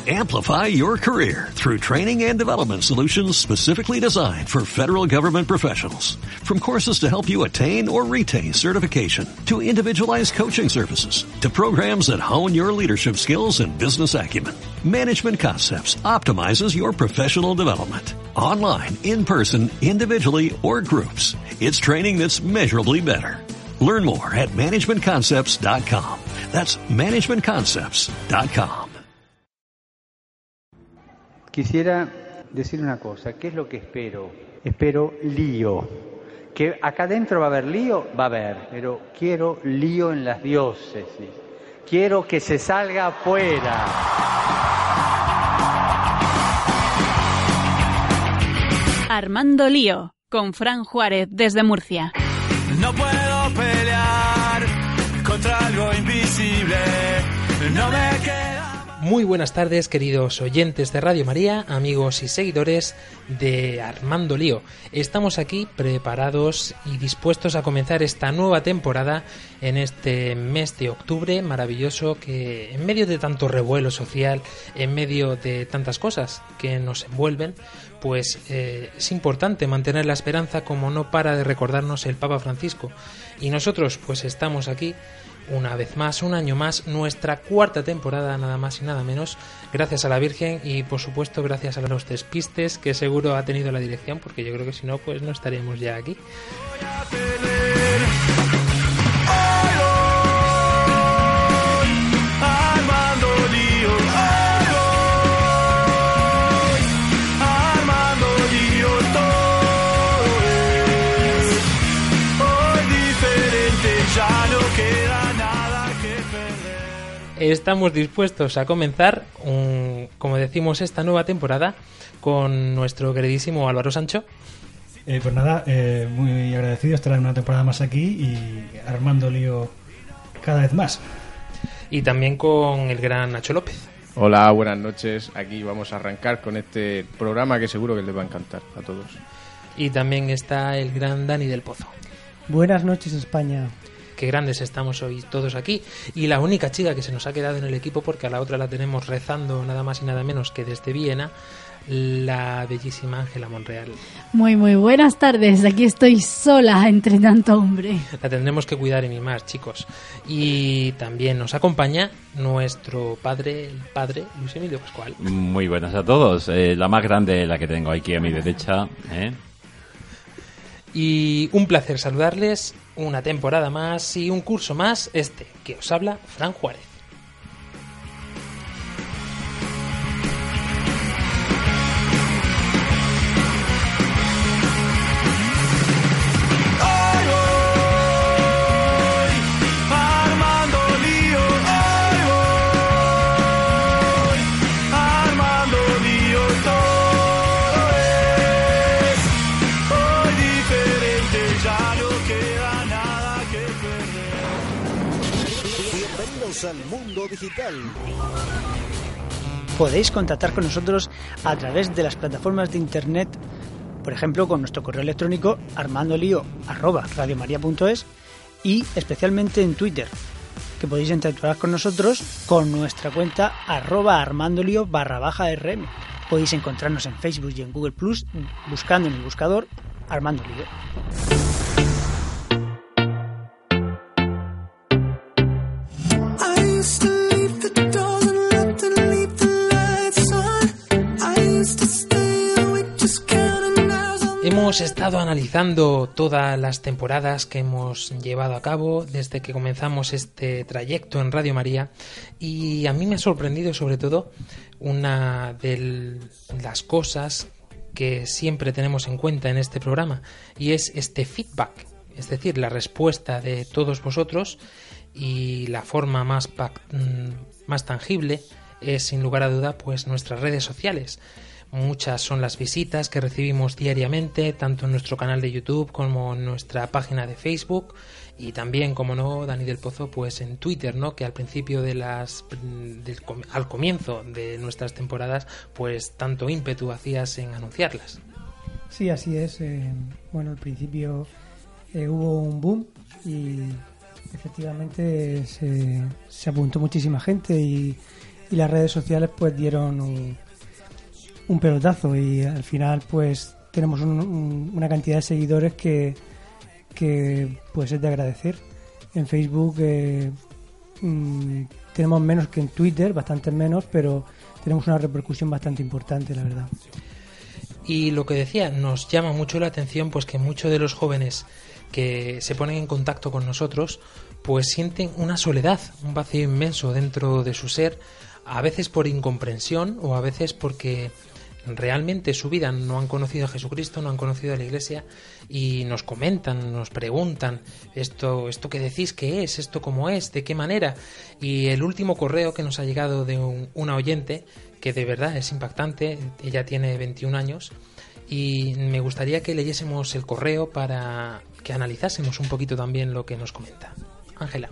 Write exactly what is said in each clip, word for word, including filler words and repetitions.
Amplify your career through training and development solutions specifically designed for federal government professionals. From courses to help you attain or retain certification, to individualized coaching services, to programs that hone your leadership skills and business acumen, Management Concepts optimizes your professional development. Online, in person, individually, or groups. It's training that's measurably better. Learn more at management concepts dot com. That's management concepts dot com. Quisiera decir una cosa, ¿qué es lo que espero? Espero lío. Que acá adentro va a haber lío, va a haber, pero quiero lío en las diócesis. Quiero que se salga afuera. Armando Lío, con Fran Juárez desde Murcia. No puedo pelear contra algo invisible, no me queda... Muy buenas tardes, queridos oyentes de Radio María, amigos y seguidores de Armando Lío. Estamos aquí preparados y dispuestos a comenzar esta nueva temporada en este mes de octubre maravilloso, que en medio de tanto revuelo social, en medio de tantas cosas que nos envuelven, pues eh, es importante mantener la esperanza, como no para de recordarnos el Papa Francisco. Y nosotros pues estamos aquí una vez más, un año más, nuestra cuarta temporada, nada más y nada menos, gracias a la Virgen y por supuesto gracias a los despistes que seguro ha tenido la dirección, porque yo creo que si no pues no estaríamos ya aquí. Estamos dispuestos a comenzar, un, como decimos, esta nueva temporada con nuestro queridísimo Álvaro Sancho. Eh, pues nada, eh, muy agradecido de estar en una temporada más aquí y armando lío cada vez más. Y también con el gran Nacho López. Hola, buenas noches. Aquí vamos a arrancar con este programa que seguro que les va a encantar a todos. Y también está el gran Dani del Pozo. Buenas noches, España. Qué grandes estamos hoy todos aquí. Y la única chica que se nos ha quedado en el equipo, porque a la otra la tenemos rezando nada más y nada menos que desde Viena, la bellísima Ángela Monreal. Muy, muy buenas tardes. Aquí estoy sola entre tanto hombre. La tendremos que cuidar y mimar, chicos. Y también nos acompaña nuestro padre, el padre Luis Emilio Pascual. Muy buenas a todos. Eh, la más grande, la que tengo aquí a mi derecha, ¿eh? Y un placer saludarles, una temporada más y un curso más, este que os habla Fran Juárez. Al mundo digital. Podéis contactar con nosotros a través de las plataformas de internet, por ejemplo con nuestro correo electrónico armandolio arroba radiomaria punto es y especialmente en Twitter, que podéis interactuar con nosotros con nuestra cuenta arroba armandolio barra baja rm. Podéis encontrarnos en Facebook y en Google Plus buscando en el buscador Armando Lío. Hemos estado analizando todas las temporadas que hemos llevado a cabo desde que comenzamos este trayecto en Radio María, y a mí me ha sorprendido sobre todo una de las cosas que siempre tenemos en cuenta en este programa, y es este feedback, es decir, la respuesta de todos vosotros, y la forma más, más tangible es sin lugar a duda pues nuestras redes sociales. Muchas son las visitas que recibimos diariamente, tanto en nuestro canal de YouTube como en nuestra página de Facebook, y también, como no, Dani del Pozo, pues en Twitter, ¿no? Que al principio de las, del, al comienzo de nuestras temporadas, pues tanto ímpetu hacías en anunciarlas. Sí, así es. Eh, bueno, al principio eh, hubo un boom y efectivamente se, se apuntó muchísima gente y y las redes sociales pues dieron un, un pelotazo y al final pues tenemos un, un, una cantidad de seguidores que, que pues es de agradecer. En Facebook eh, mmm, tenemos menos que en Twitter, bastante menos, pero tenemos una repercusión bastante importante, la verdad. Y lo que decía, nos llama mucho la atención pues que muchos de los jóvenes que se ponen en contacto con nosotros pues sienten una soledad, un vacío inmenso dentro de su ser, a veces por incomprensión o a veces porque realmente su vida no han conocido a Jesucristo, no han conocido a la Iglesia y nos comentan, nos preguntan esto, esto que decís, ¿qué es? ¿Esto cómo es? ¿De qué manera? Y el último correo que nos ha llegado de un, una oyente que de verdad es impactante, ella tiene veintiún años y me gustaría que leyésemos el correo para que analizásemos un poquito también lo que nos comenta. Ángela.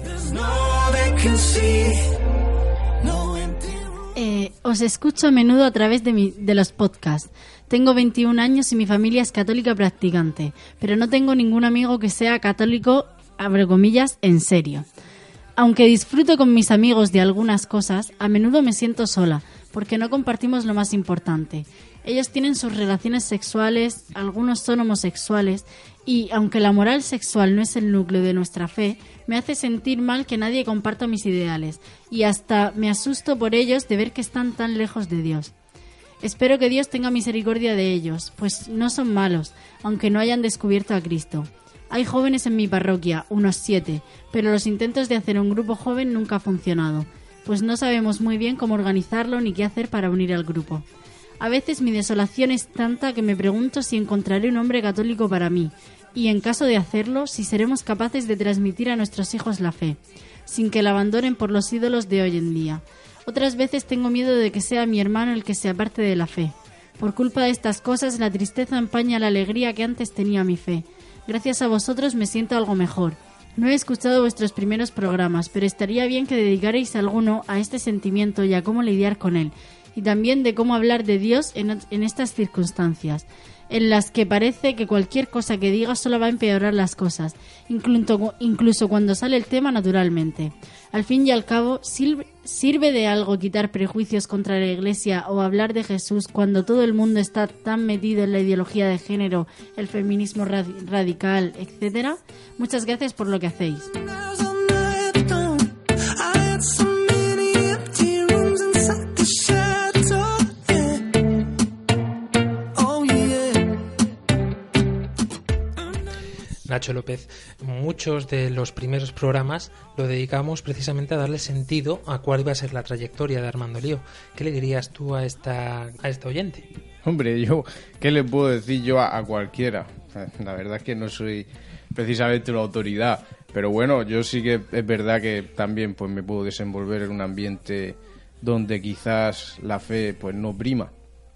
Eh, os escucho a menudo a través de, mi, de los podcasts. Tengo veintiún años y mi familia es católica practicante, pero no tengo ningún amigo que sea católico, abre comillas, en serio. Aunque disfruto con mis amigos de algunas cosas, a menudo me siento sola, porque no compartimos lo más importante. Ellos tienen sus relaciones sexuales, algunos son homosexuales, y aunque la moral sexual no es el núcleo de nuestra fe, me hace sentir mal que nadie comparta mis ideales, y hasta me asusto por ellos de ver que están tan lejos de Dios. Espero que Dios tenga misericordia de ellos, pues no son malos, aunque no hayan descubierto a Cristo. Hay jóvenes en mi parroquia, unos siete, pero los intentos de hacer un grupo joven nunca han funcionado, pues no sabemos muy bien cómo organizarlo ni qué hacer para unir al grupo. A veces mi desolación es tanta que me pregunto si encontraré un hombre católico para mí, y en caso de hacerlo, si seremos capaces de transmitir a nuestros hijos la fe, sin que la abandonen por los ídolos de hoy en día. Otras veces tengo miedo de que sea mi hermano el que se aparte de la fe. Por culpa de estas cosas, la tristeza empaña la alegría que antes tenía mi fe. Gracias a vosotros me siento algo mejor. No he escuchado vuestros primeros programas, pero estaría bien que dedicarais alguno a este sentimiento y a cómo lidiar con él, y también de cómo hablar de Dios en, en estas circunstancias, en las que parece que cualquier cosa que diga solo va a empeorar las cosas, incluso, incluso cuando sale el tema naturalmente. Al fin y al cabo, ¿sirve, ¿sirve de algo quitar prejuicios contra la Iglesia o hablar de Jesús cuando todo el mundo está tan metido en la ideología de género, el feminismo rad- radical, etcétera? Muchas gracias por lo que hacéis. Nacho López, muchos de los primeros programas lo dedicamos precisamente a darle sentido a cuál iba a ser la trayectoria de Armando Lío. ¿Qué le dirías tú a esta, a esta oyente? Hombre, yo, ¿qué le puedo decir yo a, a cualquiera? La verdad es que no soy precisamente una autoridad, pero bueno, yo sí que es verdad que también pues me puedo desenvolver en un ambiente donde quizás la fe pues no prima.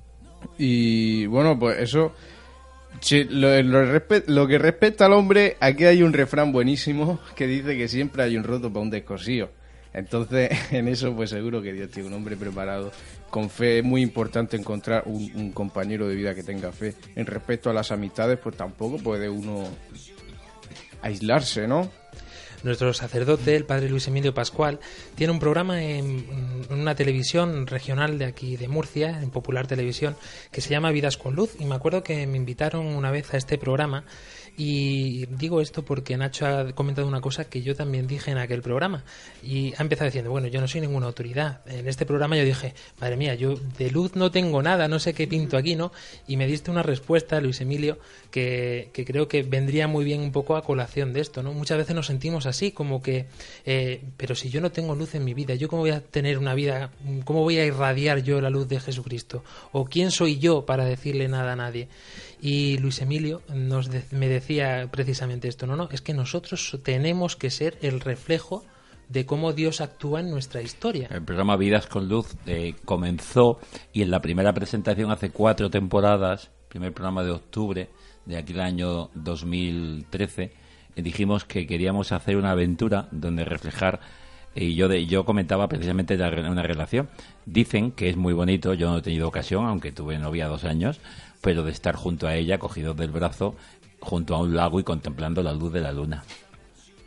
Y bueno, pues eso... Sí, lo, lo, respe- lo que respecta al hombre, aquí hay un refrán buenísimo que dice que siempre hay un roto para un descosío. Entonces, en eso pues seguro que Dios tiene un hombre preparado con fe. Es muy importante encontrar un, un compañero de vida que tenga fe. En respecto a las amistades, pues tampoco puede uno aislarse, ¿no? Nuestro sacerdote, el padre Luis Emilio Pascual, tiene un programa en, en una televisión regional de aquí de Murcia, en Popular Televisión, que se llama Vidas con Luz, y me acuerdo que me invitaron una vez a este programa. Y digo esto porque Nacho ha comentado una cosa que yo también dije en aquel programa, y ha empezado diciendo, bueno, yo no soy ninguna autoridad. En este programa yo dije, madre mía, yo de luz no tengo nada, no sé qué pinto aquí, ¿no? Y me diste una respuesta, Luis Emilio, que, que creo que vendría muy bien un poco a colación de esto, ¿no? Muchas veces nos sentimos así, como que, eh, pero si yo no tengo luz en mi vida, ¿yo cómo voy a tener una vida, cómo voy a irradiar yo la luz de Jesucristo? ¿O quién soy yo para decirle nada a nadie? Y Luis Emilio nos de, me decía precisamente esto, no, no, es que nosotros tenemos que ser el reflejo de cómo Dios actúa en nuestra historia. El programa Vidas con Luz eh, comenzó, y en la primera presentación hace cuatro temporadas, primer programa de octubre de aquel año dos mil trece, eh, dijimos que queríamos hacer una aventura donde reflejar, eh, y yo de, yo comentaba precisamente la, una relación. Dicen que es muy bonito, yo no he tenido ocasión, aunque tuve novia dos años, pero de estar junto a ella, cogidos del brazo, junto a un lago y contemplando la luz de la luna.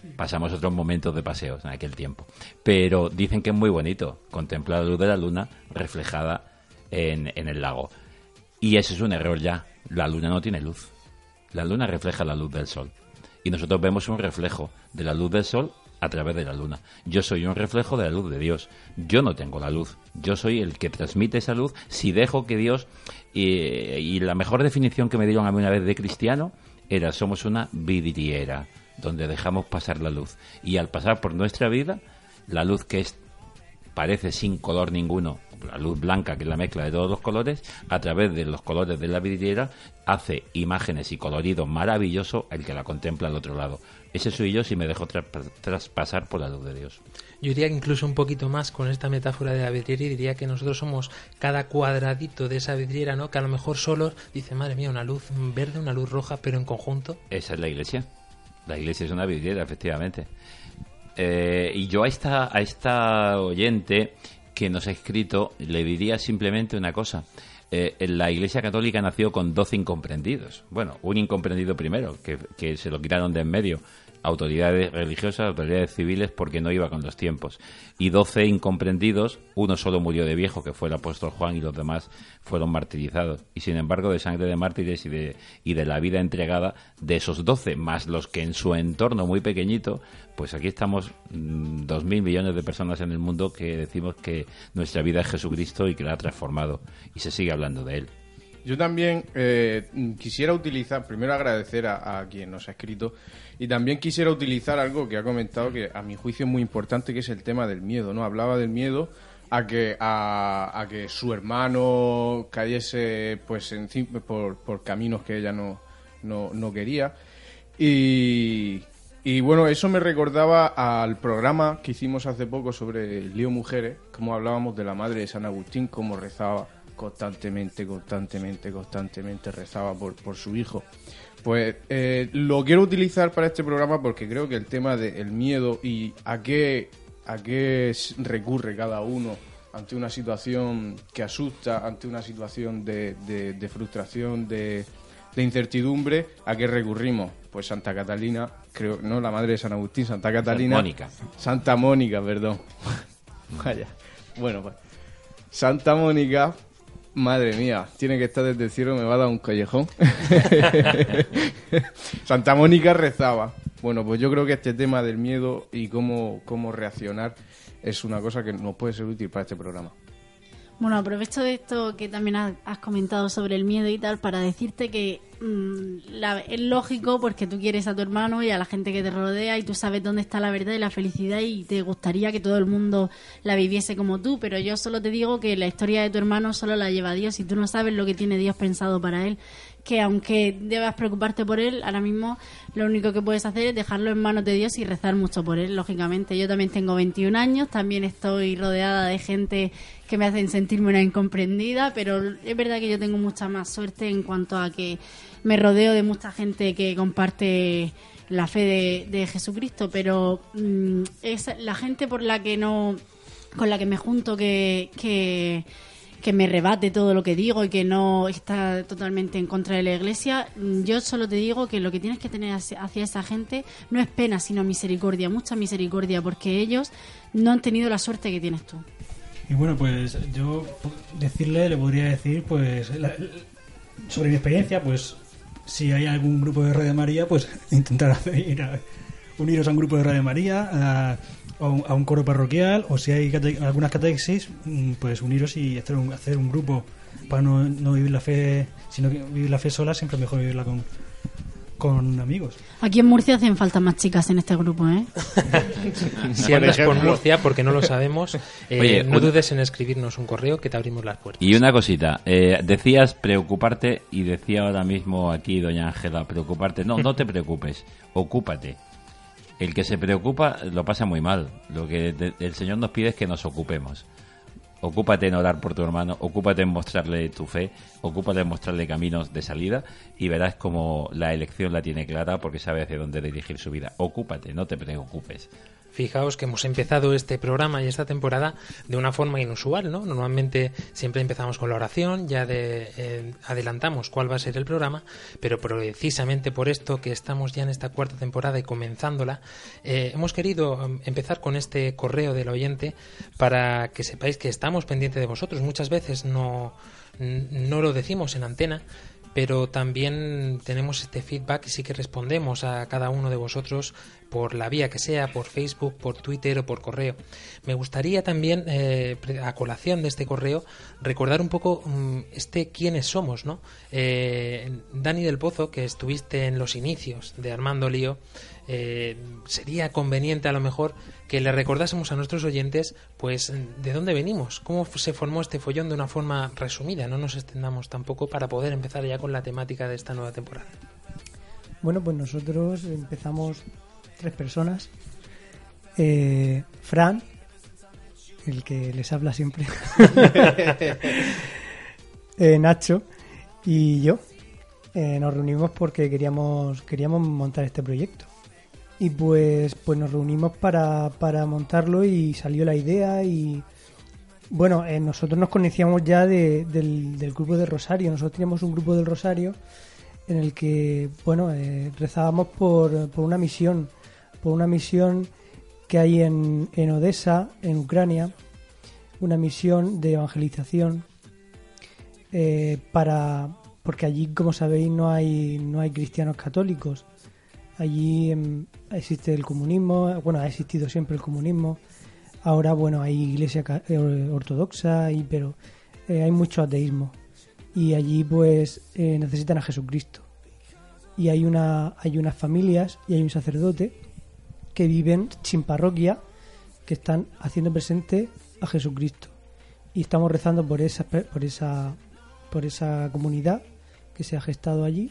pasamos otros momentos de paseos en aquel tiempo. Pero dicen que es muy bonito contemplar la luz de la luna reflejada en, en el lago. Y eso es un error ya. La luna no tiene luz. La luna refleja la luz del sol. Y nosotros vemos un reflejo de la luz del sol a través de la luna. Yo soy un reflejo de la luz de Dios. Yo no tengo la luz. Yo soy el que transmite esa luz si dejo que Dios... Eh, y la mejor definición que me dieron a mí una vez de cristiano era: somos una vidriera donde dejamos pasar la luz. Y al pasar por nuestra vida, la luz que es parece sin color ninguno, la luz blanca, que es la mezcla de todos los colores, a través de los colores de la vidriera, hace imágenes y colorido maravilloso el que la contempla al otro lado. Ese soy yo si me dejo tra- traspasar por la luz de Dios. Yo diría que incluso un poquito más con esta metáfora de la vidriera, y diría que nosotros somos cada cuadradito de esa vidriera, ¿no? Que a lo mejor solos dice, madre mía, una luz verde, una luz roja, pero en conjunto. Esa es la iglesia. La iglesia es una vidriera, efectivamente. Eh, y yo a esta, a esta oyente que nos ha escrito le diría simplemente una cosa. Eh, la Iglesia Católica nació con doce incomprendidos. Bueno, un incomprendido primero, que, que se lo quitaron de en medio. Autoridades religiosas, autoridades civiles, porque no iba con los tiempos. Y doce incomprendidos, uno solo murió de viejo, que fue el apóstol Juan, y los demás fueron martirizados. Y sin embargo, de sangre de mártires y de, y de la vida entregada, de esos doce, más los que en su entorno muy pequeñito, pues aquí estamos mmm, dos mil millones de personas en el mundo que decimos que nuestra vida es Jesucristo y que la ha transformado. Y se sigue hablando de él. Yo también eh, quisiera utilizar, primero agradecer a, a quien nos ha escrito, y también quisiera utilizar algo que ha comentado que a mi juicio es muy importante, que es el tema del miedo, ¿no? Hablaba del miedo a que a, a que su hermano cayese pues en, por, por caminos que ella no, no, no quería. Y, y bueno, eso me recordaba al programa que hicimos hace poco sobre el lío mujeres, como hablábamos de la madre de San Agustín, cómo rezaba constantemente, constantemente, constantemente rezaba por, por su hijo. Pues eh, lo quiero utilizar para este programa porque creo que el tema del miedo y a qué, a qué recurre cada uno ante una situación que asusta, ante una situación de, de, de frustración, de, de incertidumbre, ¿a qué recurrimos? Pues Santa Catalina, creo, no la madre de San Agustín, Santa Catalina. Mónica. Santa Mónica, perdón. Vaya. Bueno, pues Santa Mónica. Madre mía, tiene que estar desde el cielo, me va a dar un callejón. Santa Mónica rezaba. Bueno, pues yo creo que este tema del miedo y cómo, cómo reaccionar es una cosa que nos puede ser útil para este programa. Bueno, aprovecho de esto que también has comentado sobre el miedo y tal para decirte que mmm, la, es lógico porque tú quieres a tu hermano y a la gente que te rodea y tú sabes dónde está la verdad y la felicidad y te gustaría que todo el mundo la viviese como tú, pero yo solo te digo que la historia de tu hermano solo la lleva Dios y tú no sabes lo que tiene Dios pensado para él, que aunque debas preocuparte por él, ahora mismo lo único que puedes hacer es dejarlo en manos de Dios y rezar mucho por él, lógicamente. Yo también tengo veintiún años, también estoy rodeada de gente que me hacen sentirme una incomprendida, pero es verdad que yo tengo mucha más suerte en cuanto a que me rodeo de mucha gente que comparte la fe de, de Jesucristo, pero mmm, es la gente por la que no, con la que me junto que... que que me rebate todo lo que digo y que no está totalmente en contra de la Iglesia, yo solo te digo que lo que tienes que tener hacia esa gente no es pena, sino misericordia, mucha misericordia, porque ellos no han tenido la suerte que tienes tú. Y bueno, pues yo decirle, le podría decir, pues la, sobre mi experiencia, pues si hay algún grupo de Radio María, pues intentar hacer, ir a, uniros a un grupo de Radio María, a, a, un, a un coro parroquial, o si hay cate, algunas catequesis, pues uniros y hacer un, hacer un grupo para no, no vivir la fe, sino que vivir la fe sola, siempre es mejor vivirla con, con amigos. Aquí en Murcia hacen falta más chicas en este grupo, ¿eh? Si andas por Murcia, porque no lo sabemos, eh, Oye, no un... dudes en escribirnos un correo que te abrimos las puertas. Y una cosita, eh, decías preocuparte y decía ahora mismo aquí doña Ángela, preocuparte. No, no te preocupes, ocúpate. El que se preocupa lo pasa muy mal. Lo que de, el Señor nos pide es que nos ocupemos. Ocúpate en orar por tu hermano, ocúpate en mostrarle tu fe, ocúpate en mostrarle caminos de salida y verás como la elección la tiene clara porque sabe hacia dónde dirigir su vida. Ocúpate, no te preocupes. Fijaos que hemos empezado este programa y esta temporada de una forma inusual, ¿no? Normalmente siempre empezamos con la oración, ya de, eh, adelantamos cuál va a ser el programa, pero precisamente por esto que estamos ya en esta cuarta temporada y comenzándola, eh, hemos querido empezar con este correo del oyente para que sepáis que estamos pendientes de vosotros. Muchas veces no, no lo decimos en antena, pero también tenemos este feedback y sí que respondemos a cada uno de vosotros por la vía que sea, por Facebook, por Twitter o por correo. Me gustaría también, eh, a colación de este correo, recordar un poco um, este quiénes somos, ¿no? Eh, Dani del Pozo, que estuviste en los inicios de Armando Lío, eh, sería conveniente a lo mejor que le recordásemos a nuestros oyentes pues de dónde venimos, cómo se formó este follón de una forma resumida, no nos extendamos tampoco para poder empezar ya con la temática de esta nueva temporada. Bueno, pues nosotros empezamos tres personas, eh, Fran, el que les habla siempre, eh, Nacho y yo, eh, nos reunimos porque queríamos queríamos montar este proyecto. Y pues pues nos reunimos para, para montarlo y salió la idea y bueno, eh, nosotros nos conocíamos ya de, del, del grupo de Rosario. Nosotros teníamos un grupo del Rosario en el que bueno eh, rezábamos por, por una misión, por una misión que hay en, en Odessa, en Ucrania, una misión de evangelización eh, para porque allí, como sabéis, no hay no hay cristianos católicos. Allí eh, existe el comunismo, bueno, ha existido siempre el comunismo. Ahora, bueno, hay iglesia ortodoxa, y, pero eh, hay mucho ateísmo. Y allí, pues, eh, necesitan a Jesucristo. Y hay una hay unas familias y hay un sacerdote que viven sin parroquia, que están haciendo presente a Jesucristo. Y estamos rezando por esa por esa por esa comunidad que se ha gestado allí.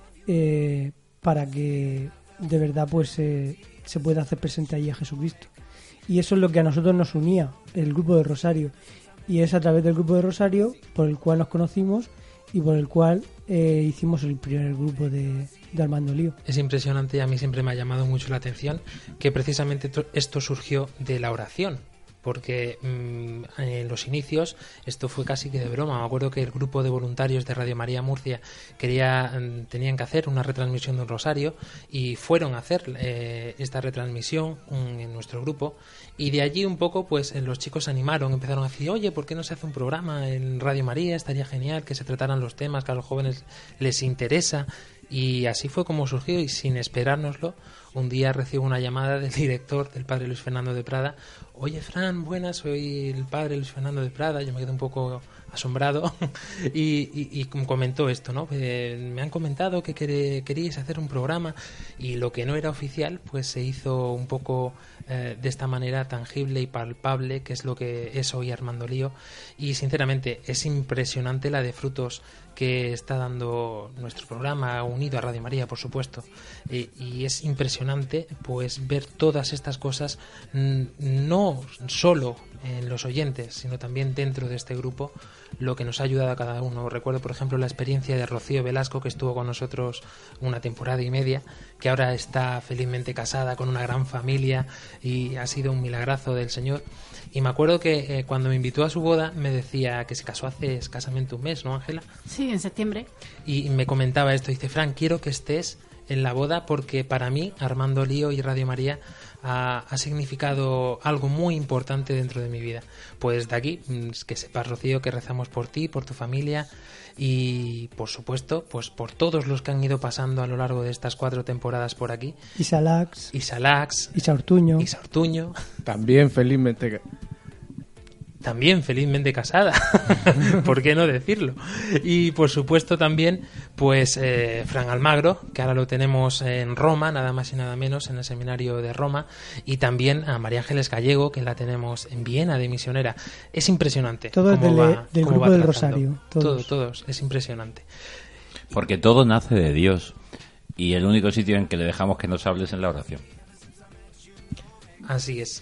Eh, para que de verdad pues eh, se pueda hacer presente allí a Jesucristo. Y eso es lo que a nosotros nos unía, el grupo de Rosario. Y es a través del grupo de Rosario por el cual nos conocimos y por el cual eh, hicimos el primer grupo de, de Armando Lío. Es impresionante y a mí siempre me ha llamado mucho la atención que precisamente esto surgió de la oración. Porque mmm, en los inicios esto fue casi que de broma. Me acuerdo que el grupo de voluntarios de Radio María Murcia quería, tenían que hacer una retransmisión de un rosario y fueron a hacer eh, esta retransmisión um, en nuestro grupo, y de allí un poco pues los chicos se animaron, empezaron a decir, oye, ¿por qué no se hace un programa en Radio María? Estaría genial que se trataran los temas que a los jóvenes les interesa. Y así fue como surgió, y sin esperárnoslo, un día recibo una llamada del director, del padre Luis Fernando de Prada. Oye, Fran, buenas, soy el padre Luis Fernando de Prada. Yo me quedé un poco asombrado y, y, y comentó esto, ¿no? Eh, me han comentado que quer- queríais hacer un programa, y lo que no era oficial pues se hizo un poco eh, de esta manera tangible y palpable, que es lo que es hoy Armando Lío. Y sinceramente es impresionante la de frutos que está dando nuestro programa, unido a Radio María, por supuesto, eh, y es impresionante pues ver todas estas cosas, n- no solo en los oyentes, sino también dentro de este grupo, lo que nos ha ayudado a cada uno. Recuerdo, por ejemplo, la experiencia de Rocío Velasco, que estuvo con nosotros una temporada y media, que ahora está felizmente casada con una gran familia y ha sido un milagrazo del Señor. Y me acuerdo que eh, cuando me invitó a su boda me decía que se casó hace escasamente un mes, ¿no, Ángela? Sí, en septiembre. Y me comentaba esto, dice, Fran, quiero que estés en la boda porque para mí Armando Lío y Radio María ha, ha significado algo muy importante dentro de mi vida. Pues de aquí, que sepas, Rocío, que rezamos por ti, por tu familia y, por supuesto, pues por todos los que han ido pasando a lo largo de estas cuatro temporadas por aquí. Isalax. Isalax. Isa Ortuño. Isa Ortuño. También felizmente... También felizmente casada, ¿por qué no decirlo? Y por supuesto también pues eh, Fran Almagro, que ahora lo tenemos en Roma, nada más y nada menos, en el seminario de Roma, y también a María Ángeles Gallego, que la tenemos en Viena de misionera. Es impresionante. Todo cómo del, va, del cómo grupo va del trazando. Rosario. Todos. Todo, todos, es impresionante. Porque todo nace de Dios, y el único sitio en que le dejamos que nos hable es en la oración. Así es.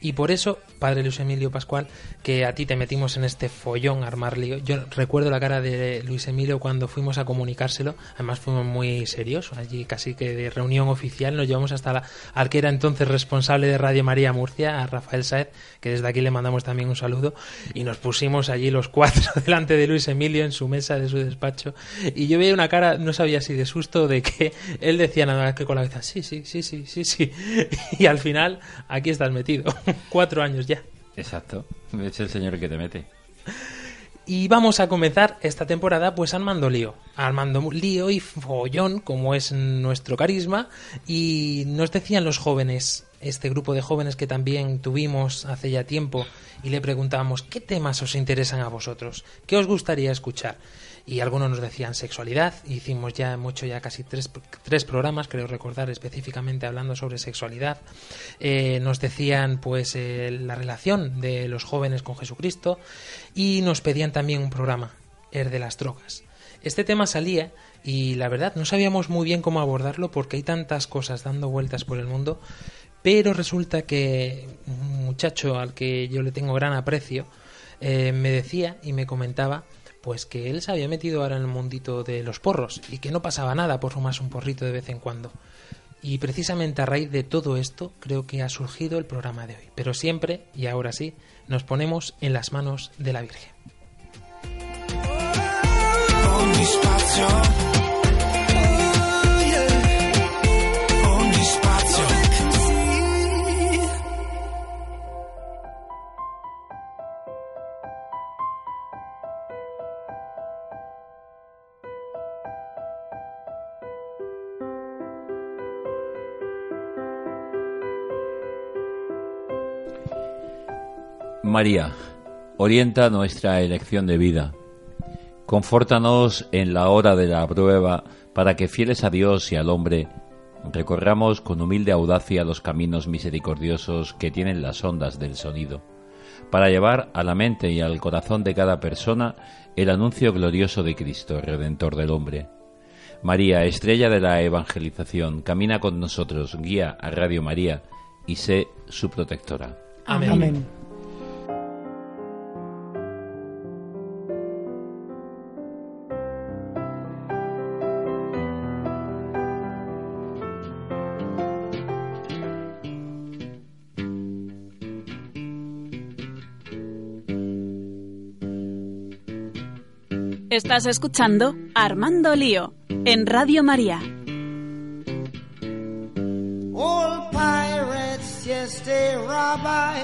Y por eso, padre Luis Emilio Pascual, que a ti te metimos en este follón a armar lío. Yo recuerdo la cara de Luis Emilio cuando fuimos a comunicárselo. Además fuimos muy serios, allí casi que de reunión oficial. Nos llevamos hasta la, al que era entonces responsable de Radio María Murcia, a Rafael Sáez, que desde aquí le mandamos también un saludo. Y nos pusimos allí los cuatro delante de Luis Emilio en su mesa de su despacho. Y yo veía una cara, no sabía si de susto, de que él decía nada más que con la cabeza, sí, sí, sí, sí, sí, sí. Y al final, aquí estás metido. Cuatro años ya. Exacto, es el señor que te mete. Y vamos a comenzar esta temporada pues armando lío. Armando lío y follón, como es nuestro carisma. Y nos decían los jóvenes, este grupo de jóvenes que también tuvimos hace ya tiempo, y le preguntábamos, ¿qué temas os interesan a vosotros? ¿Qué os gustaría escuchar? Y algunos nos decían sexualidad. Hicimos ya mucho, ya casi tres, tres programas, creo recordar, específicamente hablando sobre sexualidad. Eh, nos decían pues eh, la relación de los jóvenes con Jesucristo, y nos pedían también un programa, el de las drogas. Este tema salía y la verdad no sabíamos muy bien cómo abordarlo porque hay tantas cosas dando vueltas por el mundo, pero resulta que un muchacho al que yo le tengo gran aprecio eh, me decía y me comentaba pues que él se había metido ahora en el mundito de los porros y que no pasaba nada por fumarse un porrito de vez en cuando. Y precisamente a raíz de todo esto creo que ha surgido el programa de hoy. Pero siempre, y ahora sí, nos ponemos en las manos de la Virgen. Ogni spazio, oh yeah. Ogni spazio. María, orienta nuestra elección de vida. Confórtanos en la hora de la prueba, para que, fieles a Dios y al hombre, recorramos con humilde audacia los caminos misericordiosos que tienen las ondas del sonido, para llevar a la mente y al corazón de cada persona el anuncio glorioso de Cristo, Redentor del hombre. María, estrella de la evangelización, camina con nosotros, guía a Radio María y sé su protectora. Amén. Amén. Estás escuchando Armando Lío en Radio María. All pirates, yes, they rabbi,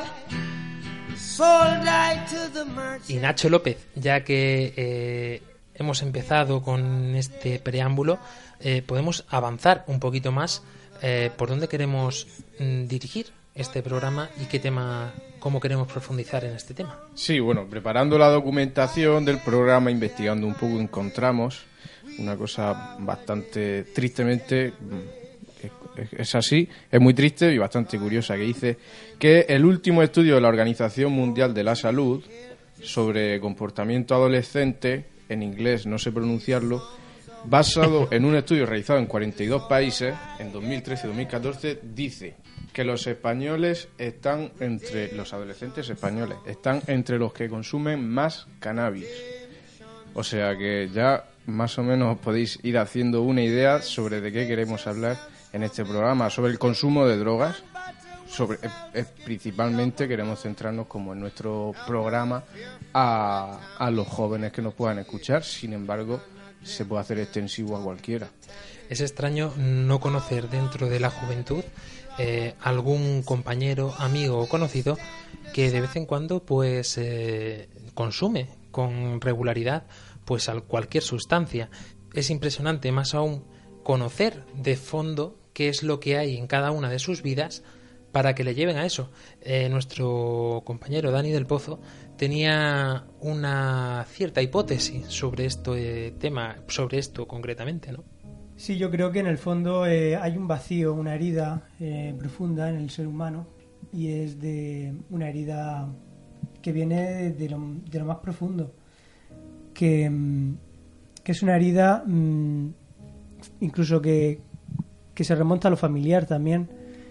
sold I to the merchant. Y Nacho López, ya que eh, hemos empezado con este preámbulo, eh, podemos avanzar un poquito más eh, por dónde queremos mm, dirigir este programa y qué tema, cómo queremos profundizar en este tema. Sí, bueno, preparando la documentación del programa, investigando un poco, encontramos una cosa bastante, tristemente, es, es así, es muy triste y bastante curiosa, que dice que el último estudio de la Organización Mundial de la Salud sobre comportamiento adolescente, en inglés no sé pronunciarlo, basado en un estudio realizado en cuarenta y dos países, en dos mil trece y dos mil catorce, dice que los españoles están entre, los adolescentes españoles, están entre los que consumen más cannabis. O sea que ya más o menos podéis ir haciendo una idea sobre de qué queremos hablar en este programa, sobre el consumo de drogas. Sobre, eh, eh, principalmente queremos centrarnos, como en nuestro programa, a, a los jóvenes que nos puedan escuchar. Sin embargo, se puede hacer extensivo a cualquiera. Es extraño no conocer dentro de la juventud eh, algún compañero, amigo o conocido que de vez en cuando pues eh, consume con regularidad pues cualquier sustancia. Es impresionante, más aún, conocer de fondo qué es lo que hay en cada una de sus vidas para que le lleven a eso. Eh, nuestro compañero Dani del Pozo tenía una cierta hipótesis sobre este tema, sobre esto concretamente, ¿no? Sí, yo creo que en el fondo eh, hay un vacío, una herida eh, profunda en el ser humano, y es de una herida que viene de lo, de lo más profundo, que, que es una herida mmm, incluso que, que se remonta a lo familiar también.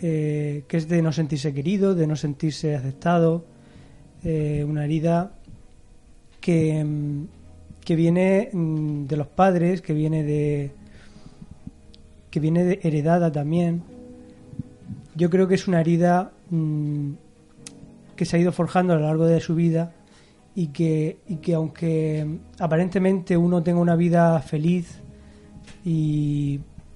eh, que es de no sentirse querido, de no sentirse aceptado, eh, una herida que, que viene de los padres, que viene de que viene de heredada también. Yo creo que es una herida mmm, que se ha ido forjando a lo largo de su vida y que, y que aunque aparentemente uno tenga una vida feliz y,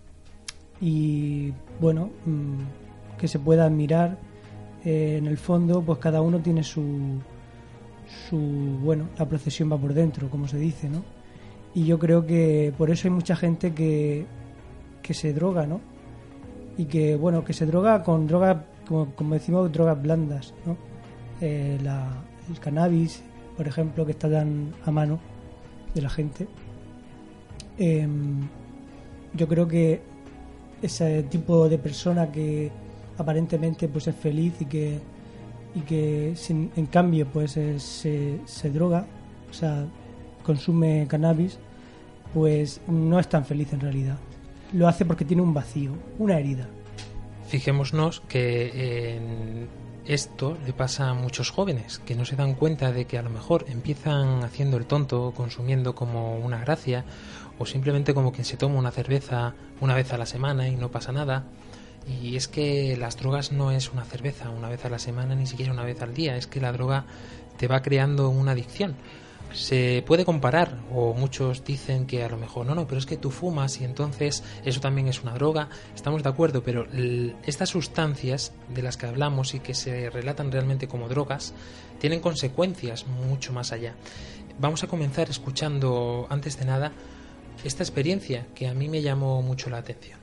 y bueno, mmm, que se pueda admirar, eh, en el fondo pues cada uno tiene su, su, bueno, la procesión va por dentro, como se dice, ¿no? Y yo creo que por eso hay mucha gente que, que se droga, ¿no? Y que, bueno, que se droga con drogas, como, como decimos, drogas blandas, ¿no? Eh, la, el cannabis, por ejemplo, que está tan a mano de la gente. Eh, yo creo que ese tipo de persona que aparentemente pues es feliz y que y que sin, en cambio pues es, se, se droga, o sea, consume cannabis, pues no es tan feliz en realidad. Lo hace porque tiene un vacío, una herida. Fijémonos que en esto le pasa a muchos jóvenes que no se dan cuenta de que a lo mejor empiezan haciendo el tonto, consumiendo como una gracia, o simplemente como quien se toma una cerveza una vez a la semana y no pasa nada. Y es que las drogas no es una cerveza una vez a la semana, ni siquiera una vez al día, es que la droga te va creando una adicción. Se puede comparar, o muchos dicen que a lo mejor no, no, pero es que tú fumas y entonces eso también es una droga. Estamos de acuerdo, pero l- estas sustancias de las que hablamos y que se relatan realmente como drogas tienen consecuencias mucho más allá. Vamos a comenzar escuchando, antes de nada, esta experiencia que a mí me llamó mucho la atención.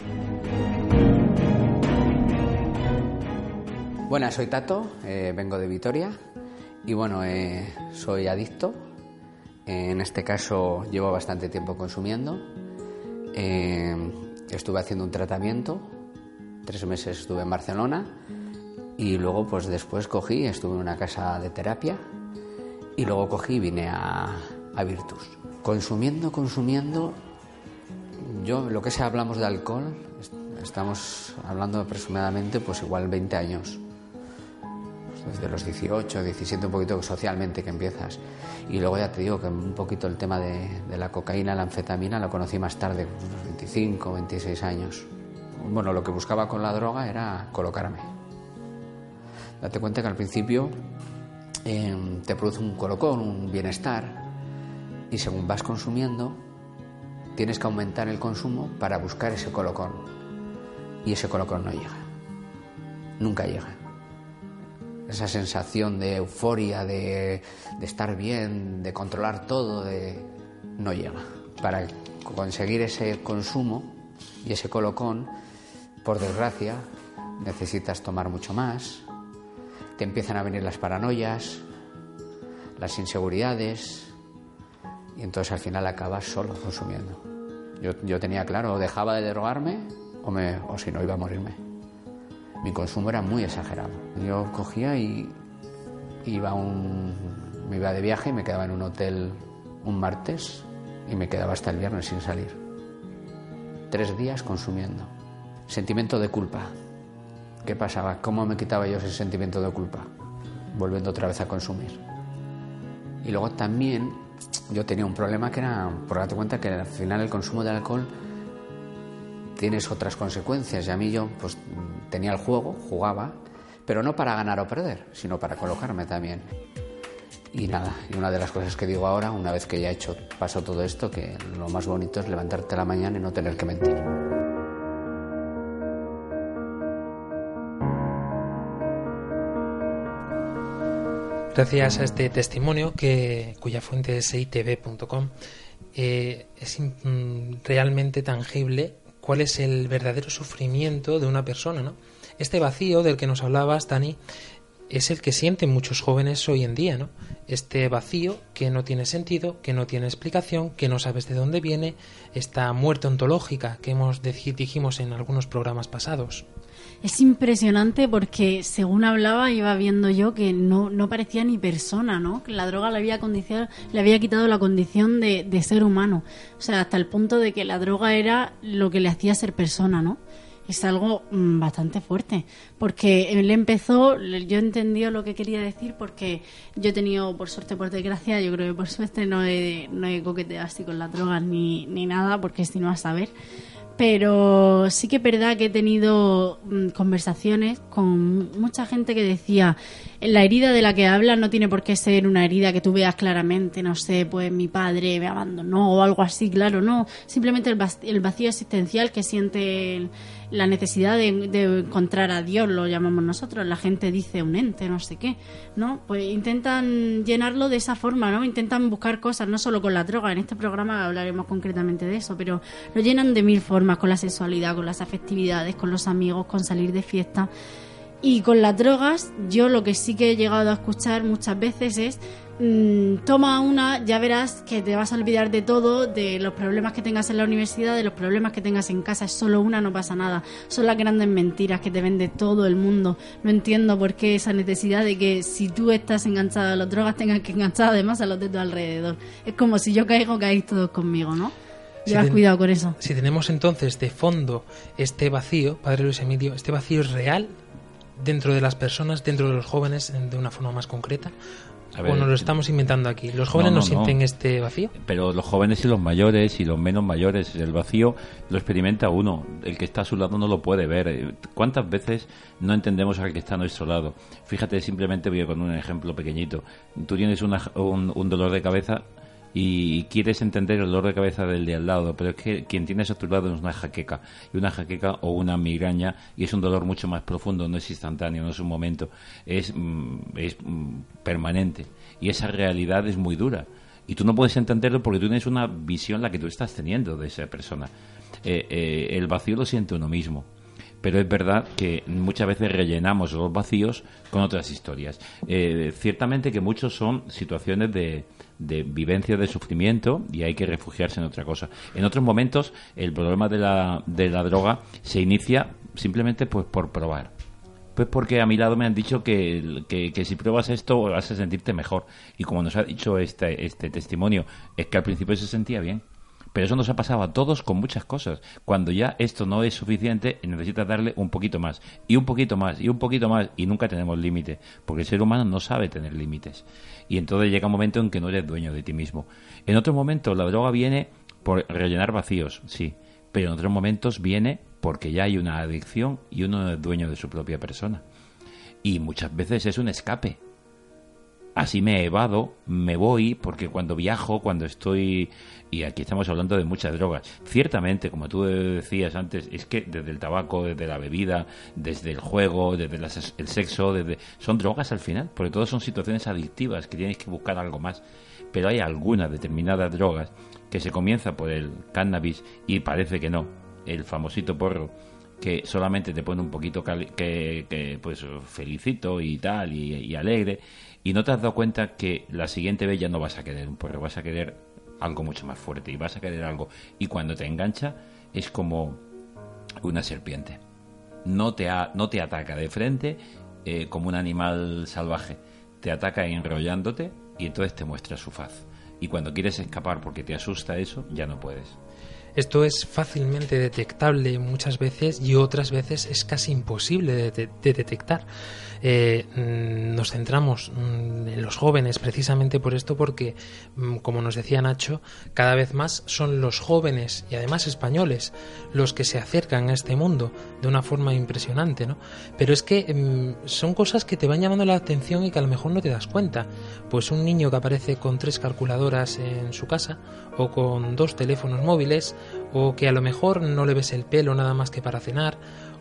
Buenas, soy Tato, eh, vengo de Vitoria. Y bueno, eh, soy adicto, eh, en este caso llevo bastante tiempo consumiendo, eh, estuve haciendo un tratamiento, tres meses estuve en Barcelona y luego pues después cogí, estuve en una casa de terapia y luego cogí y vine a, a Virtus. Consumiendo, consumiendo, yo lo que sea hablamos de alcohol, estamos hablando aproximadamente pues igual veinte años. Desde los dieciocho, diecisiete, un poquito socialmente que empiezas. Y luego ya te digo que un poquito el tema de, de la cocaína, la anfetamina, lo conocí más tarde, unos veinticinco, veintiséis años. Bueno, lo que buscaba con la droga era colocarme. Date cuenta que al principio eh, te produce un colocón, un bienestar, y según vas consumiendo, tienes que aumentar el consumo para buscar ese colocón. Y ese colocón no llega. Nunca llega. Esa sensación de euforia, de, de estar bien, de controlar todo, de no llega. Para conseguir ese consumo y ese colocón, por desgracia, necesitas tomar mucho más. Te empiezan a venir las paranoias, las inseguridades, y entonces al final acabas solo consumiendo. Yo, yo tenía claro, o dejaba de drogarme o, me, o si no iba a morirme. Mi consumo era muy exagerado. Yo cogía y iba un, me iba de viaje y me quedaba en un hotel un martes y me quedaba hasta el viernes sin salir. Tres días consumiendo. Sentimiento de culpa. ¿Qué pasaba? ¿Cómo me quitaba yo ese sentimiento de culpa? Volviendo otra vez a consumir. Y luego también yo tenía un problema que era, por darte cuenta que al final el consumo de alcohol tienes otras consecuencias, y a mí yo pues tenía el juego, jugaba, pero no para ganar o perder, sino para colocarme también. Y nada, y una de las cosas que digo ahora, una vez que ya he hecho, pasó todo esto, que lo más bonito es levantarte a la mañana y no tener que mentir. Gracias a este testimonio, que cuya fuente es i t v punto com, eh, es mm, realmente tangible cuál es el verdadero sufrimiento de una persona, ¿no? Este vacío del que nos hablabas, Dani, es el que sienten muchos jóvenes hoy en día, ¿no? Este vacío que no tiene sentido, que no tiene explicación, que no sabes de dónde viene, esta muerte ontológica que hemos dijimos en algunos programas pasados. Es impresionante porque, según hablaba, iba viendo yo que no, no parecía ni persona, ¿no? Que la droga le había condicionado, le había quitado la condición de, de ser humano. O sea, hasta el punto de que la droga era lo que le hacía ser persona, ¿no? es algo mmm, bastante fuerte, porque él empezó, yo entendí lo que quería decir, porque yo he tenido, por suerte, por desgracia, yo creo que por suerte no he, no he coqueteado así con las drogas ni, ni nada, porque si no a saber, pero sí que es verdad que he tenido mmm, conversaciones con mucha gente que decía, la herida de la que hablas no tiene por qué ser una herida que tú veas claramente, no sé, pues mi padre me abandonó o algo así, claro, no, simplemente el, vac- el vacío existencial que siente el, la necesidad de, de encontrar a Dios, lo llamamos nosotros, la gente dice un ente, no sé qué, ¿no? Pues intentan llenarlo de esa forma, ¿no? Intentan buscar cosas, no solo con la droga, en este programa hablaremos concretamente de eso, pero lo llenan de mil formas, con la sexualidad, con las afectividades, con los amigos, con salir de fiesta. Y con las drogas, yo lo que sí que he llegado a escuchar muchas veces es mmm, toma una, ya verás que te vas a olvidar de todo, de los problemas que tengas en la universidad, de los problemas que tengas en casa, es solo una, no pasa nada. Son las grandes mentiras que te vende todo el mundo. No entiendo por qué esa necesidad de que si tú estás enganchado a las drogas tengas que enganchar además a los de tu alrededor. Es como si yo caigo, caéis todos conmigo, ¿no? Llevas si ten- cuidado con eso. Si tenemos entonces de fondo este vacío, Padre Luis Emilio, ¿este vacío es real dentro de las personas, dentro de los jóvenes, de una forma más concreta? A ver, ¿O nos lo estamos inventando aquí? ¿Los jóvenes no, no, no, sienten no. este vacío? Pero los jóvenes y los mayores y los menos mayores, el vacío lo experimenta uno. El que está a su lado no lo puede ver. ¿Cuántas veces no entendemos al que está a nuestro lado? Fíjate, simplemente voy a poner un ejemplo pequeñito. Tú tienes una, un, un dolor de cabeza y quieres entender el dolor de cabeza del de al lado, pero es que quien tienes a tu lado es una jaqueca, y una jaqueca o una migraña, y es un dolor mucho más profundo, no es instantáneo, no es un momento, es, es permanente, y esa realidad es muy dura, y tú no puedes entenderlo porque tú tienes una visión la que tú estás teniendo de esa persona. Eh, eh, el vacío lo siente uno mismo. Pero es verdad que muchas veces rellenamos los vacíos con otras historias. Eh, ciertamente que muchos son situaciones de, de vivencia de sufrimiento y hay que refugiarse en otra cosa. En otros momentos el problema de la, de la droga se inicia simplemente pues por probar. Pues porque a mi lado me han dicho que, que, que si pruebas esto vas a sentirte mejor. Y como nos ha dicho este, este testimonio, es que al principio se sentía bien. Pero eso nos ha pasado a todos con muchas cosas. Cuando ya esto no es suficiente, necesitas darle un poquito más, y un poquito más, y un poquito más, y nunca tenemos límite, porque el ser humano no sabe tener límites. Y entonces llega un momento en que no eres dueño de ti mismo. En otros momentos la droga viene por rellenar vacíos, sí, pero en otros momentos viene porque ya hay una adicción y uno no es dueño de su propia persona. Y muchas veces es un escape. Así me evado, me voy, porque cuando viajo, cuando estoy... Y aquí estamos hablando de muchas drogas. Ciertamente, como tú decías antes, es que desde el tabaco, desde la bebida, desde el juego, desde las, el sexo, desde son drogas al final, porque todas son situaciones adictivas que tienes que buscar algo más. Pero hay algunas determinadas drogas que se comienza por el cannabis y parece que no, el famosito porro, que solamente te pone un poquito cali- que, que pues felicito y tal y, y alegre, y no te has dado cuenta que la siguiente vez ya no vas a querer un porro, vas a querer algo mucho más fuerte y vas a querer algo, y cuando te engancha es como una serpiente, no te a, no te ataca de frente eh, como un animal salvaje, te ataca enrollándote y entonces te muestra su faz, y cuando quieres escapar porque te asusta eso, ya no puedes. Esto es fácilmente detectable muchas veces y otras veces es casi imposible de, de, de detectar. Eh, nos centramos en los jóvenes precisamente por esto, porque, como nos decía Nacho, cada vez más son los jóvenes, y además españoles, los que se acercan a este mundo de una forma impresionante, ¿no? Pero es que eh, son cosas que te van llamando la atención y que a lo mejor no te das cuenta. Pues un niño que aparece con tres calculadoras en su casa, o con dos teléfonos móviles, o que a lo mejor no le ves el pelo nada más que para cenar,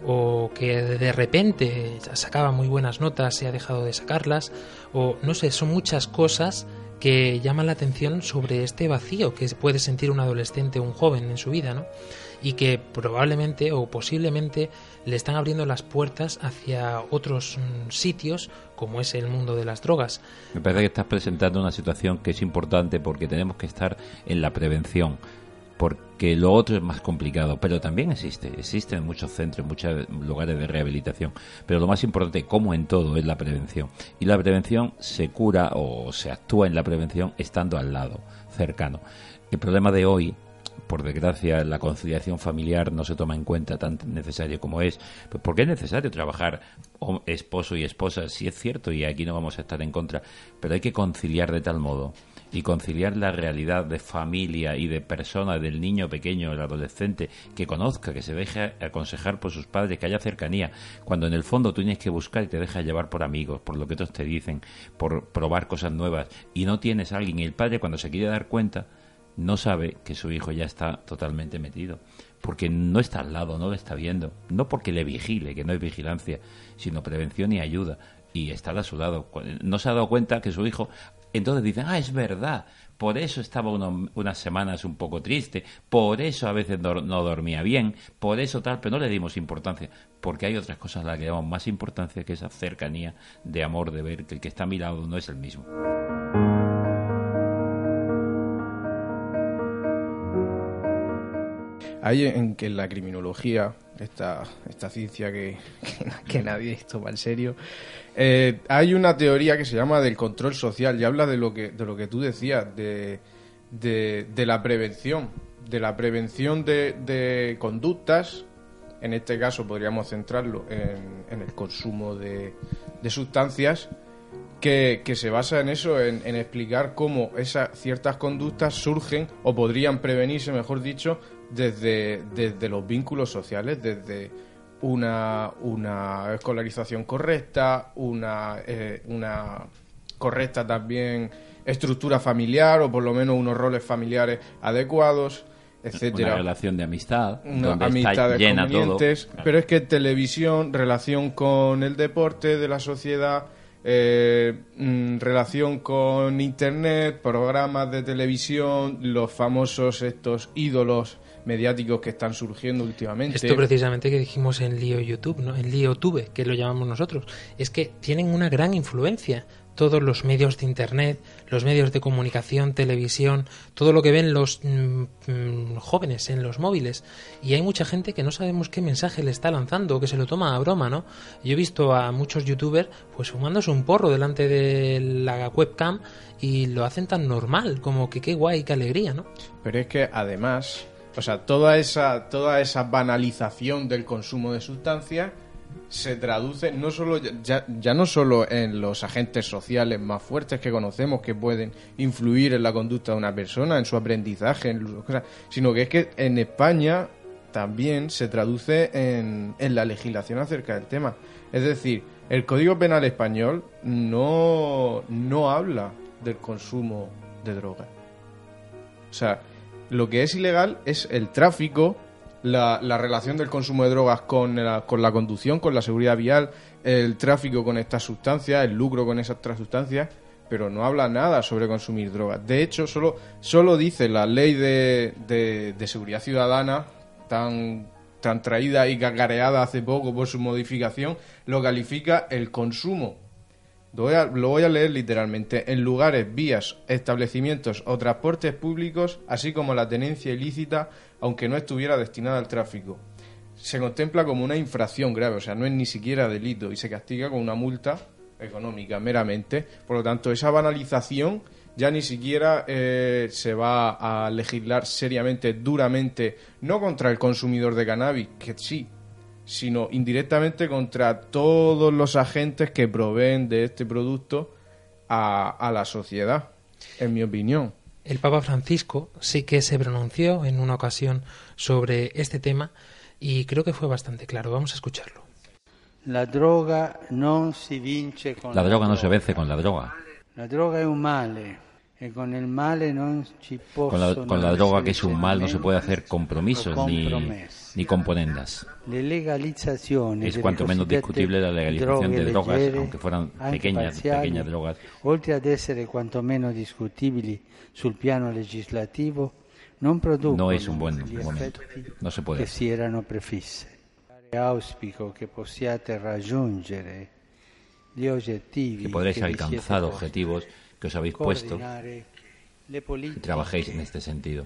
o que de repente sacaba muy buenas notas y ha dejado de sacarlas, o no sé, son muchas cosas que llaman la atención sobre este vacío que puede sentir un adolescente o un joven en su vida, ¿no? Y que probablemente o posiblemente le están abriendo las puertas hacia otros mm, sitios, como es el mundo de las drogas. Me parece que estás presentando una situación que es importante, porque tenemos que estar en la prevención, porque lo otro es más complicado, pero también existe, existe en muchos centros, en muchos lugares de rehabilitación, pero lo más importante, como en todo, es la prevención, y la prevención se cura o se actúa en la prevención estando al lado, cercano. El problema de hoy por desgracia, la conciliación familiar no se toma en cuenta tan necesario como es. Pues porque es necesario trabajar esposo y esposa, sí es cierto, y aquí no vamos a estar en contra, pero hay que conciliar de tal modo y conciliar la realidad de familia y de persona, del niño pequeño, el adolescente, que conozca, que se deje aconsejar por sus padres, que haya cercanía, cuando en el fondo tú tienes que buscar y te dejas llevar por amigos, por lo que otros te dicen, por probar cosas nuevas, y no tienes a alguien, y el padre cuando se quiere dar cuenta no sabe que su hijo ya está totalmente metido, porque no está al lado, no lo está viendo, no porque le vigile, que no es vigilancia, sino prevención y ayuda, y estar a su lado. No se ha dado cuenta que su hijo, entonces dicen, ah, es verdad, por eso estaba uno, unas semanas un poco triste, por eso a veces no, no dormía bien, por eso tal, pero no le dimos importancia, porque hay otras cosas a las que le damos más importancia, que esa cercanía de amor, de ver que el que está a mi lado no es el mismo. Hay en que en la criminología, esta, esta ciencia que, que, que nadie toma en serio, eh, hay una teoría que se llama del control social y habla de lo que, de lo que tú decías, de, de, de la prevención, de la prevención de, de conductas. En este caso podríamos centrarlo en, en el consumo de, de sustancias, que, que se basa en eso, en, en explicar cómo esas ciertas conductas surgen o podrían prevenirse, mejor dicho, desde, desde los vínculos sociales, desde una, una escolarización correcta, una, eh, una correcta también estructura familiar, o por lo menos unos roles familiares adecuados, etcétera. Una relación de amistad, una donde amistades está llena convenientes, todo. Pero es que televisión, relación con el deporte de la sociedad, eh, mm, relación con internet, programas de televisión, los famosos estos ídolos mediáticos que están surgiendo últimamente. Esto precisamente que dijimos en Lío YouTube, ¿no? En Lío Tube, que lo llamamos nosotros, es que tienen una gran influencia. Todos los medios de internet, los medios de comunicación, televisión, todo lo que ven los mm, mm, jóvenes en los móviles. Y hay mucha gente que no sabemos qué mensaje le está lanzando, que se lo toma a broma, ¿no? Yo he visto a muchos youtubers pues fumándose un porro delante de la webcam y lo hacen tan normal, como que qué guay, qué alegría, ¿no? Pero es que además, o sea, toda esa, toda esa banalización del consumo de sustancias se traduce no solo ya, ya no solo en los agentes sociales más fuertes que conocemos que pueden influir en la conducta de una persona, en su aprendizaje, en sus cosas, sino que es que en España también se traduce en, en la legislación acerca del tema. Es decir, el Código Penal español no, no habla del consumo de drogas. O sea, lo que es ilegal es el tráfico, La, la relación del consumo de drogas con la, con la conducción, con la seguridad vial, el tráfico con estas sustancias, el lucro con esas otras sustancias, pero no habla nada sobre consumir drogas. De hecho, solo, solo dice la ley de, de, de seguridad ciudadana, tan, tan traída y cacareada hace poco por su modificación, lo califica el consumo. Lo voy, a, lo voy a leer literalmente. En lugares, vías, establecimientos o transportes públicos, así como la tenencia ilícita, aunque no estuviera destinada al tráfico. Se contempla como una infracción grave, o sea, no es ni siquiera delito y se castiga con una multa económica meramente. Por lo tanto, esa banalización ya ni siquiera eh, se va a legislar seriamente, duramente, no contra el consumidor de cannabis, que sí, sino indirectamente contra todos los agentes que proveen de este producto a, a la sociedad, en mi opinión. El Papa Francisco sí que se pronunció en una ocasión sobre este tema y creo que fue bastante claro. Vamos a escucharlo. La droga no se vince con la droga no se vence con la droga. La droga es un male e con el male non ci con la, con la droga, que es un mal, no se puede hacer compromisos ni, ni componendas. Es cuanto menos discutible la legalización de drogas, aunque fueran pequeñas, pequeñas drogas. Oltre ad essere quanto meno discutibili sul piano legislativo, non producono no es un buen momento, no se puede. Che si erano prefisse. Auspico che possiate raggiungere gli obiettivi que podréis alcanzar objetivos que os habéis puesto y trabajéis en este sentido.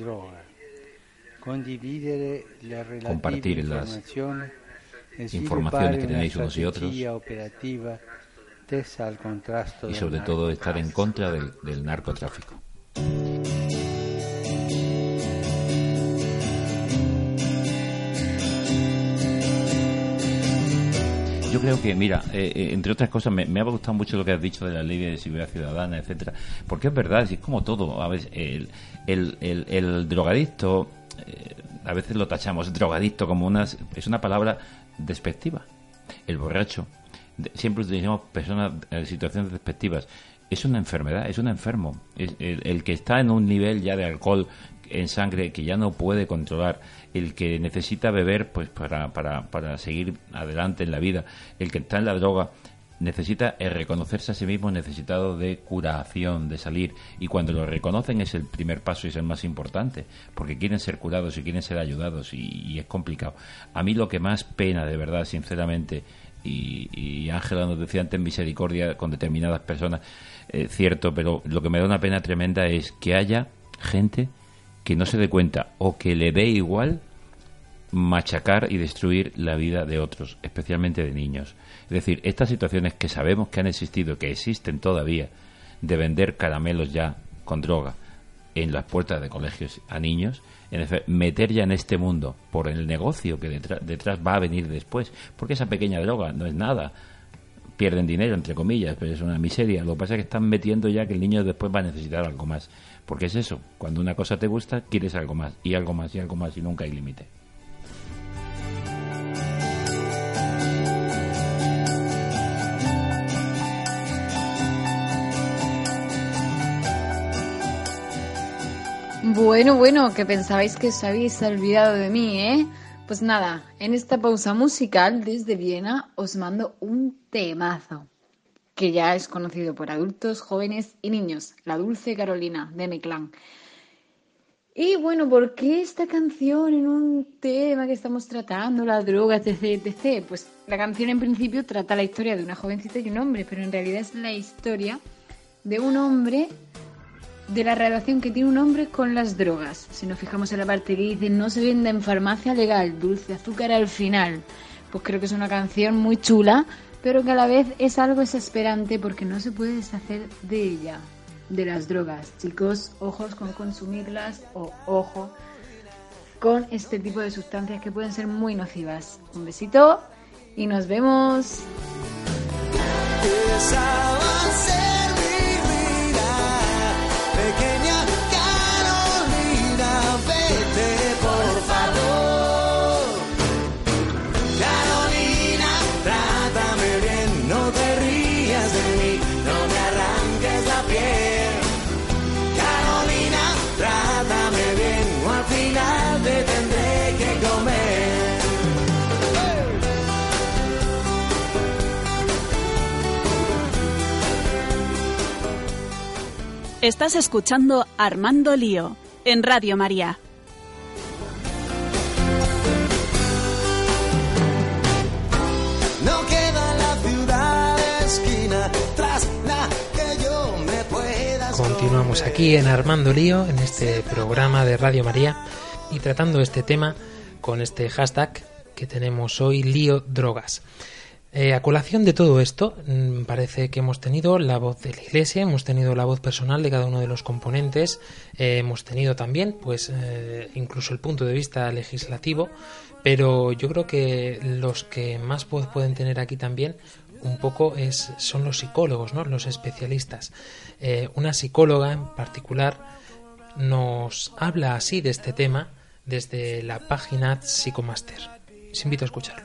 Compartir las informaciones que tenéis unos y otros y sobre todo estar en contra del, del narcotráfico. Yo creo que, mira, eh, eh, entre otras cosas, me, me ha gustado mucho lo que has dicho de la ley de seguridad ciudadana, etcétera, porque es verdad, es como todo. A veces, el, el, el, el drogadicto, eh, a veces lo tachamos, drogadicto, como una, es una palabra despectiva. El borracho, de, siempre utilizamos personas en situaciones despectivas. Es una enfermedad, es un enfermo. Es el, el que está en un nivel ya de alcohol en sangre que ya no puede controlar, el que necesita beber pues para, para, para seguir adelante en la vida, el que está en la droga necesita reconocerse a sí mismo necesitado de curación, de salir, y cuando lo reconocen es el primer paso y es el más importante, porque quieren ser curados y quieren ser ayudados, y, y es complicado. A mí lo que más pena, de verdad, sinceramente, y, y Ángela nos decía antes misericordia con determinadas personas, eh, cierto, pero lo que me da una pena tremenda es que haya gente que no se dé cuenta o que le dé igual machacar y destruir la vida de otros, especialmente de niños. Es decir, estas situaciones que sabemos que han existido, que existen todavía, de vender caramelos ya con droga en las puertas de colegios a niños, en efecto, meter ya en este mundo por el negocio que detrás, detrás va a venir después, porque esa pequeña droga no es nada, pierden dinero, entre comillas, pero es una miseria. Lo que pasa es que están metiendo ya que el niño después va a necesitar algo más. Porque es eso, cuando una cosa te gusta, quieres algo más, y algo más, y algo más, y nunca hay límite. Bueno, bueno, que pensabais que os habéis olvidado de mí, ¿eh? Pues nada, en esta pausa musical desde Viena os mando un temazo que ya es conocido por adultos, jóvenes y niños, La Dulce Carolina, de M-Clan. Y bueno, ¿por qué esta canción en un tema que estamos tratando, la droga, etc, etcétera? Pues la canción en principio trata la historia de una jovencita y un hombre, pero en realidad es la historia de un hombre, de la relación que tiene un hombre con las drogas. Si nos fijamos en la parte que dice no se vende en farmacia legal, dulce azúcar al final, pues creo que es una canción muy chula, pero que a la vez es algo desesperante porque no se puede deshacer de ella, de las drogas. Chicos, ojos con consumirlas o ojo con este tipo de sustancias que pueden ser muy nocivas. Un besito y nos vemos. Esa va a ser mi vida, pequeña Carolina, vete por favor. Carolina, trátame bien, no te rías de mí, no me arranques la piel. Carolina, trátame bien, o al final te tendré que comer. Estás escuchando Armando Lío en Radio María. No queda la ciudad esquina tras la que yo me pueda. Continuamos aquí en Armando Lío, en este programa de Radio María, y tratando este tema con este hashtag que tenemos hoy, Lío Drogas. Eh, a colación de todo esto, mmm, parece que hemos tenido la voz de la Iglesia, hemos tenido la voz personal de cada uno de los componentes, eh, hemos tenido también, pues, eh, incluso el punto de vista legislativo, pero yo creo que los que más voz pueden tener aquí también, un poco, es son los psicólogos, ¿no? Los especialistas. Eh, una psicóloga en particular nos habla así de este tema desde la página Psicomaster. Os invito a escucharlo.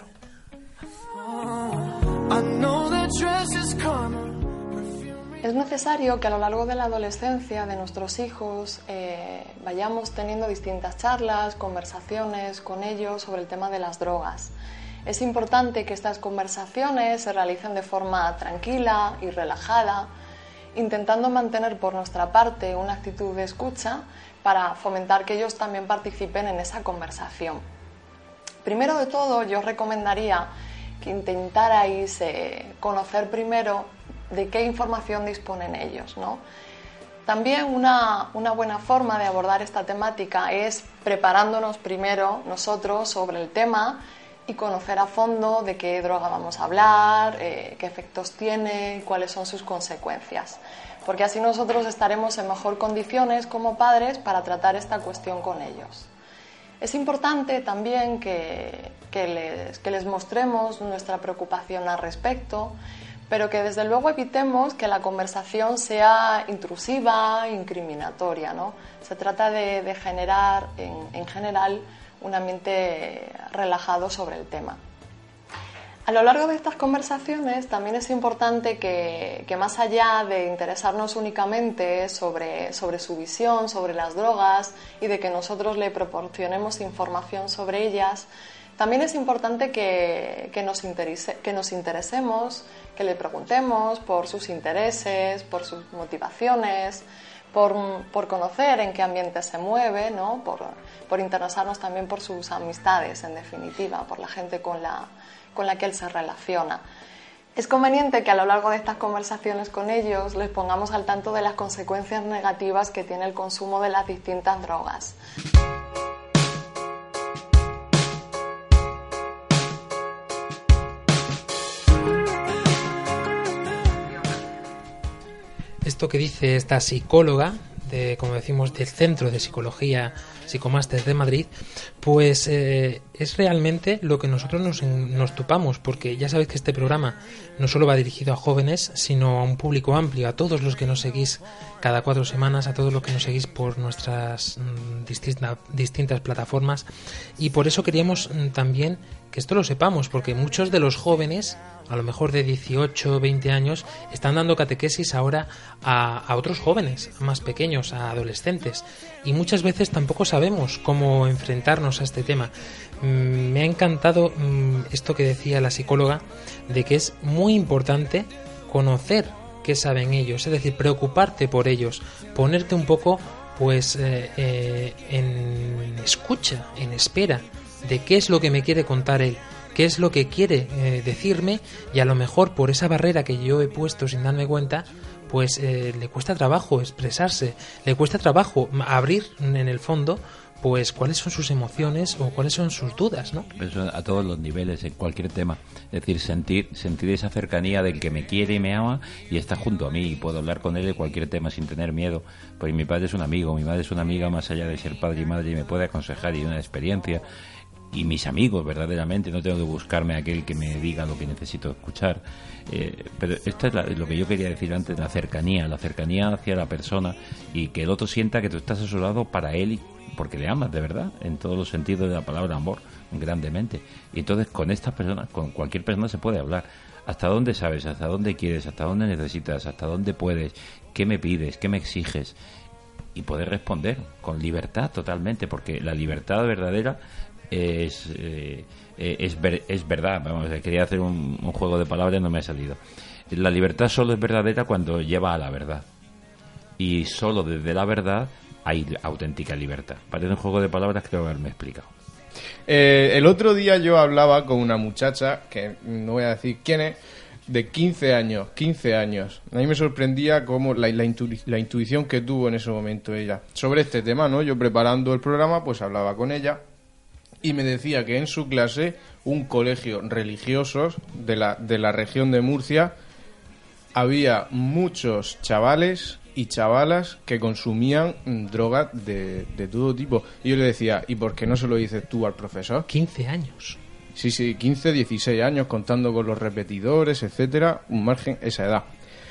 Es necesario que a lo largo de la adolescencia de nuestros hijos eh, vayamos teniendo distintas charlas, conversaciones con ellos sobre el tema de las drogas. Es importante que estas conversaciones se realicen de forma tranquila y relajada, intentando mantener por nuestra parte una actitud de escucha para fomentar que ellos también participen en esa conversación. Primero de todo, yo os recomendaría que intentarais eh, conocer primero de qué información disponen ellos, ¿no? También una, una buena forma de abordar esta temática es preparándonos primero nosotros sobre el tema y conocer a fondo de qué droga vamos a hablar, eh, qué efectos tiene, cuáles son sus consecuencias, porque así nosotros estaremos en mejor condiciones como padres para tratar esta cuestión con ellos. Es importante también que, que, les, que les mostremos nuestra preocupación al respecto, pero que desde luego evitemos que la conversación sea intrusiva, incriminatoria, ¿no? Se trata de, de generar, en, en general, un ambiente relajado sobre el tema. A lo largo de estas conversaciones también es importante que, que más allá de interesarnos únicamente sobre, sobre su visión, sobre las drogas y de que nosotros le proporcionemos información sobre ellas, también es importante que, que, nos interese, que nos interesemos, que le preguntemos por sus intereses, por sus motivaciones, por, por conocer en qué ambiente se mueve, ¿no? por, por interesarnos también por sus amistades, en definitiva, por la gente con la, con la que él se relaciona. Es conveniente que a lo largo de estas conversaciones con ellos les pongamos al tanto de las consecuencias negativas que tiene el consumo de las distintas drogas. Esto que dice esta psicóloga, de, como decimos, del Centro de Psicología Psicomáster de Madrid, pues eh, es realmente lo que nosotros nos, nos topamos, porque ya sabéis que este programa no solo va dirigido a jóvenes, sino a un público amplio, a todos los que nos seguís cada cuatro semanas, a todos los que nos seguís por nuestras mm, distinta, distintas plataformas, y por eso queríamos mm, también que esto lo sepamos, porque muchos de los jóvenes, a lo mejor de dieciocho, veinte años, están dando catequesis ahora a, a otros jóvenes, a más pequeños, a adolescentes, y muchas veces tampoco sabemos cómo enfrentarnos a este tema. Mm, me ha encantado mm, esto que decía la psicóloga, de que es muy importante conocer qué saben ellos, es decir, preocuparte por ellos, ponerte un poco pues eh, eh, en escucha, en espera de qué es lo que me quiere contar él, qué es lo que quiere eh, decirme, y a lo mejor por esa barrera que yo he puesto sin darme cuenta, pues eh, le cuesta trabajo expresarse, le cuesta trabajo abrir en el fondo pues cuáles son sus emociones o cuáles son sus dudas, ¿no? Eso a todos los niveles, en cualquier tema. Es decir, sentir sentir esa cercanía del que me quiere y me ama y está junto a mí y puedo hablar con él de cualquier tema sin tener miedo. Pues mi padre es un amigo, mi madre es una amiga más allá de ser padre y madre, y me puede aconsejar y una experiencia. Y mis amigos, verdaderamente, no tengo que buscarme a aquel que me diga lo que necesito escuchar. Eh, pero esto es la, lo que yo quería decir antes, la cercanía, la cercanía hacia la persona, y que el otro sienta que tú estás a su lado para él y porque le amas de verdad, en todos los sentidos de la palabra amor, grandemente. Y entonces con estas personas, con cualquier persona se puede hablar. ¿Hasta dónde sabes? ¿Hasta dónde quieres? ¿Hasta dónde necesitas? ¿Hasta dónde puedes? ¿Qué me pides? ¿Qué me exiges? Y poder responder con libertad totalmente, porque la libertad verdadera es eh, es, ver, es verdad. Vamos, quería hacer un, un juego de palabras, no me ha salido. La libertad solo es verdadera cuando lleva a la verdad, y solo desde la verdad hay auténtica libertad. Parece un juego de palabras, creo haberme explicado. Eh, el otro día yo hablaba con una muchacha, que no voy a decir quién es, de quince años, quince años. A mí me sorprendía cómo la, la, intu- la intuición que tuvo en ese momento ella sobre este tema, ¿no? Yo preparando el programa, pues hablaba con ella y me decía que en su clase, un colegio religioso de la, de la región de Murcia, había muchos chavales y chavalas que consumían drogas de, de todo tipo. Y yo le decía, ¿y por qué no se lo dices tú al profesor? quince años. Sí, sí, quince, dieciséis años, contando con los repetidores, etcétera, un margen, esa edad.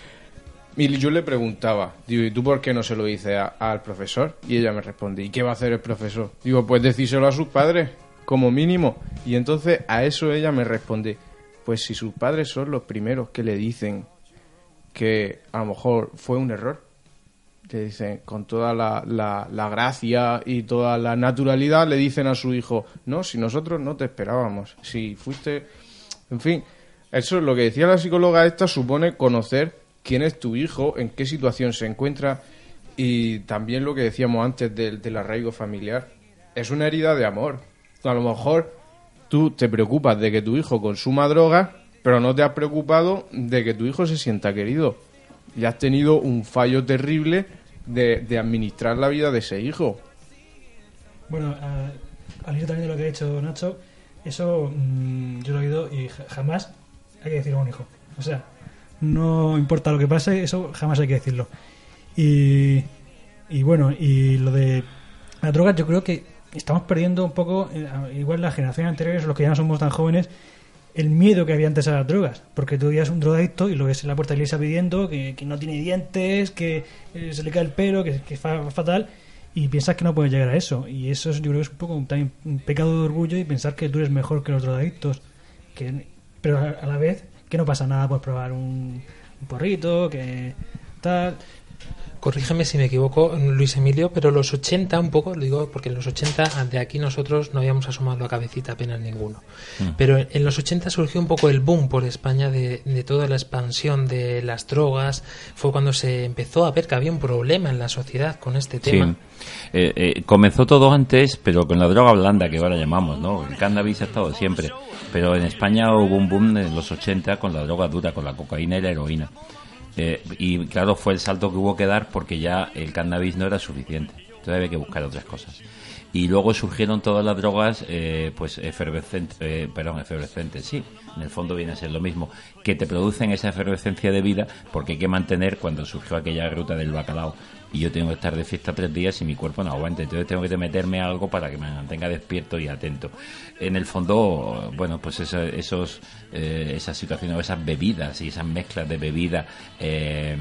Y yo le preguntaba, digo, ¿y tú por qué no se lo dices a, al profesor? Y ella me responde, ¿y qué va a hacer el profesor? Digo, pues decírselo a sus padres, como mínimo. Y entonces a eso ella me responde, pues si sus padres son los primeros que le dicen que a lo mejor fue un error, le dicen con toda la, la, la gracia y toda la naturalidad, le dicen a su hijo, no, si nosotros no te esperábamos, si fuiste... En fin, eso es lo que decía la psicóloga esta, supone conocer quién es tu hijo, en qué situación se encuentra, y también lo que decíamos antes del, del arraigo familiar. Es una herida de amor. A lo mejor tú te preocupas de que tu hijo consuma drogas, pero no te has preocupado de que tu hijo se sienta querido. Y has tenido un fallo terrible de, de administrar la vida de ese hijo. Bueno, a, al hilo también de lo que ha dicho Nacho, eso mmm, yo lo he oído y jamás hay que decirlo a un hijo. O sea, no importa lo que pase, eso jamás hay que decirlo. Y, y bueno, y lo de las drogas, yo creo que, estamos perdiendo un poco, eh, igual las generaciones anteriores, los que ya no somos tan jóvenes, el miedo que había antes a las drogas, porque tú veías un drogadicto y lo ves en la puerta de la iglesia pidiendo que, que no tiene dientes, que eh, se le cae el pelo, que, que es fatal, y piensas que no puedes llegar a eso, y eso es, yo creo que es un poco un, también un pecado de orgullo, y pensar que tú eres mejor que los drogadictos, que, pero a, a la vez que no pasa nada, puedes probar un, un porrito, que tal. Corrígeme si me equivoco, Luis Emilio, pero los ochenta un poco, lo digo porque en los ochenta de aquí nosotros no habíamos asomado la cabecita apenas ninguno. Mm. Pero en los ochenta surgió un poco el boom por España de, de toda la expansión de las drogas. Fue cuando se empezó a ver que había un problema en la sociedad con este tema. Sí. Eh, eh, comenzó todo antes, pero con la droga blanda que ahora llamamos, ¿no? El cannabis ha estado siempre. Pero en España hubo un boom en los ochenta con la droga dura, con la cocaína y la heroína. Eh, y claro, fue el salto que hubo que dar porque ya el cannabis no era suficiente, entonces había que buscar otras cosas. Y luego surgieron todas las drogas eh, pues efervescentes, eh, perdón, efervescentes, sí, en el fondo viene a ser lo mismo, que te producen esa efervescencia de vida, porque hay que mantener, cuando surgió aquella ruta del bacalao, y yo tengo que estar de fiesta tres días y mi cuerpo no aguanta, entonces tengo que meterme algo para que me mantenga despierto y atento. En el fondo, bueno, pues esa, esos eh, esas situaciones, esas bebidas y esas mezclas de bebidas eh,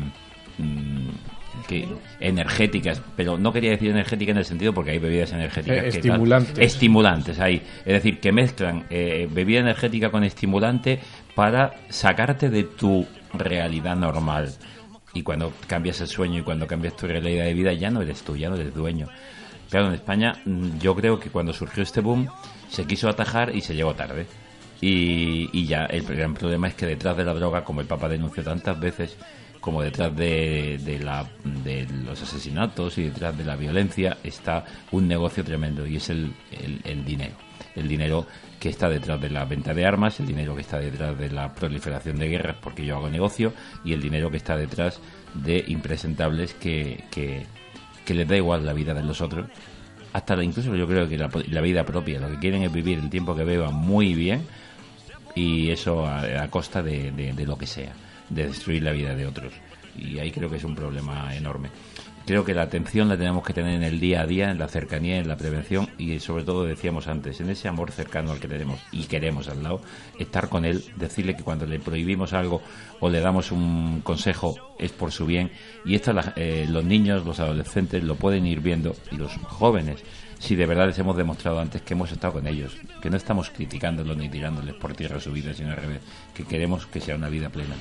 que energéticas, pero no quería decir energética en el sentido porque hay bebidas energéticas eh, que estimulantes tal, estimulantes hay, es decir, que mezclan eh, bebida energética con estimulante para sacarte de tu realidad normal. Y cuando cambias el sueño y cuando cambias tu realidad de vida, ya no eres tú, ya no eres dueño. Claro, en España yo creo que cuando surgió este boom se quiso atajar y se llegó tarde. Y, y ya el gran problema es que detrás de la droga, como el Papa denunció tantas veces, como detrás de, de, la, de los asesinatos y detrás de la violencia, está un negocio tremendo, y es el, el, el dinero. El dinero que está detrás de la venta de armas, el dinero que está detrás de la proliferación de guerras porque yo hago negocio, y el dinero que está detrás de impresentables que, que, que les da igual la vida de los otros, hasta la, incluso yo creo que la, la vida propia. Lo que quieren es vivir el tiempo que beban muy bien, y eso a, a costa de, de, de lo que sea, de destruir la vida de otros, y ahí creo que es un problema enorme. Creo que la atención la tenemos que tener en el día a día, en la cercanía, en la prevención, y sobre todo, decíamos antes, en ese amor cercano al que tenemos y queremos al lado, estar con él, decirle que cuando le prohibimos algo o le damos un consejo es por su bien, y esto la, eh, los niños, los adolescentes lo pueden ir viendo, y los jóvenes, si de verdad les hemos demostrado antes que hemos estado con ellos, que no estamos criticándolos ni tirándoles por tierra su vida, sino al revés, que queremos que sea una vida plena.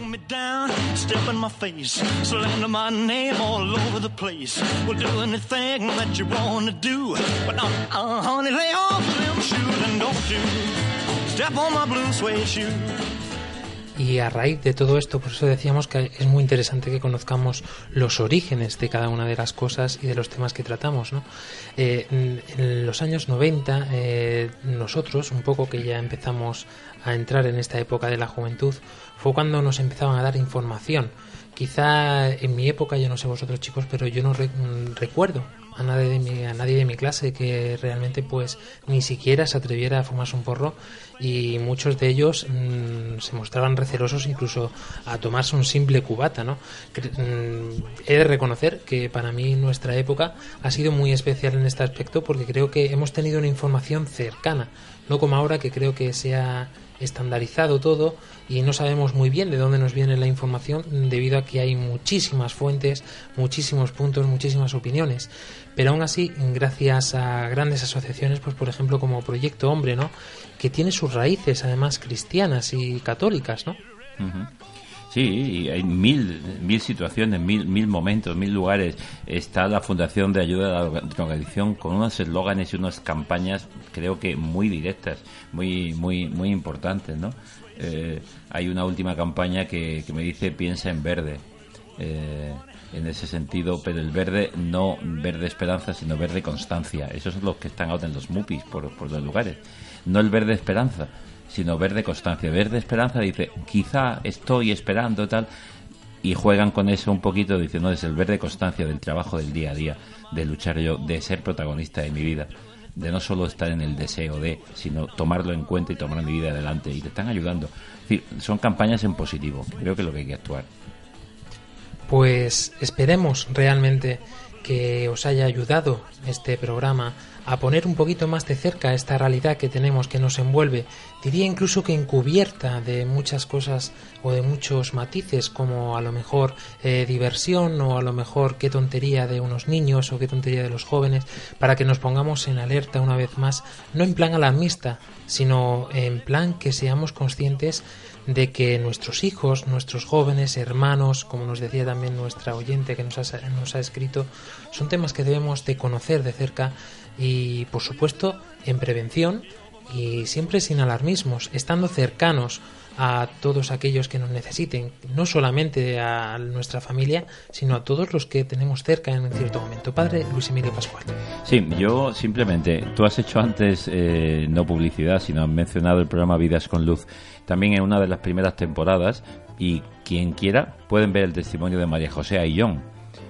Y a raíz de todo esto, por eso decíamos que es muy interesante que conozcamos los orígenes de cada una de las cosas y de los temas que tratamos, ¿no? Eh, en, en los años noventa, eh, nosotros, un poco que ya empezamos a entrar en esta época de la juventud, fue cuando nos empezaban a dar información. Quizá en mi época, yo no sé vosotros chicos, pero yo no re- recuerdo a nadie de mi, a nadie de mi clase que realmente pues ni siquiera se atreviera a fumarse un porro, y muchos de ellos mmm, se mostraban recelosos incluso a tomarse un simple cubata, ¿no? Mmm, he de reconocer que para mí nuestra época ha sido muy especial en este aspecto, porque creo que hemos tenido una información cercana, no como ahora, que creo que se ha estandarizado todo y no sabemos muy bien de dónde nos viene la información, debido a que hay muchísimas fuentes, muchísimos puntos, muchísimas opiniones. Pero aún así, gracias a grandes asociaciones, pues por ejemplo como Proyecto Hombre, ¿no?, que tiene sus raíces además cristianas y católicas, ¿no? Uh-huh. Sí, y hay mil, mil situaciones, mil, mil momentos, mil lugares. Está la Fundación de Ayuda a la Drogadicción con unos eslóganes y unas campañas, creo que muy directas, muy, muy, muy importantes, ¿no? Eh, hay una última campaña que, que me dice piensa en verde. Eh, en ese sentido, pero el verde no verde esperanza, sino verde constancia. Esos son los que están ahora en los MUPIs por, por los lugares. No el verde esperanza, sino verde constancia. Verde esperanza dice, quizá estoy esperando tal, y juegan con eso un poquito, diciendo, no, es el verde constancia del trabajo del día a día, de luchar yo, de ser protagonista de mi vida, de no solo estar en el deseo de, sino tomarlo en cuenta y tomar mi vida adelante, y te están ayudando. Es decir, son campañas en positivo, creo que es lo que hay que actuar. Pues esperemos realmente que os haya ayudado este programa a poner un poquito más de cerca esta realidad que tenemos, que nos envuelve, diría incluso que encubierta de muchas cosas o de muchos matices, como a lo mejor eh, diversión, o a lo mejor qué tontería de unos niños o qué tontería de los jóvenes, para que nos pongamos en alerta una vez más, no en plan alarmista, sino en plan que seamos conscientes de que nuestros hijos, nuestros jóvenes, hermanos, como nos decía también nuestra oyente que nos ha, nos ha escrito, son temas que debemos de conocer de cerca y, por supuesto, en prevención y siempre sin alarmismos, estando cercanos a todos aquellos que nos necesiten, no solamente a nuestra familia, sino a todos los que tenemos cerca en un cierto momento. Padre Luis Emilio Pascual. Sí, yo simplemente, tú has hecho antes eh, no publicidad, sino has mencionado el programa Vidas con Luz, también en una de las primeras temporadas, y quien quiera pueden ver el testimonio de María José Aillón.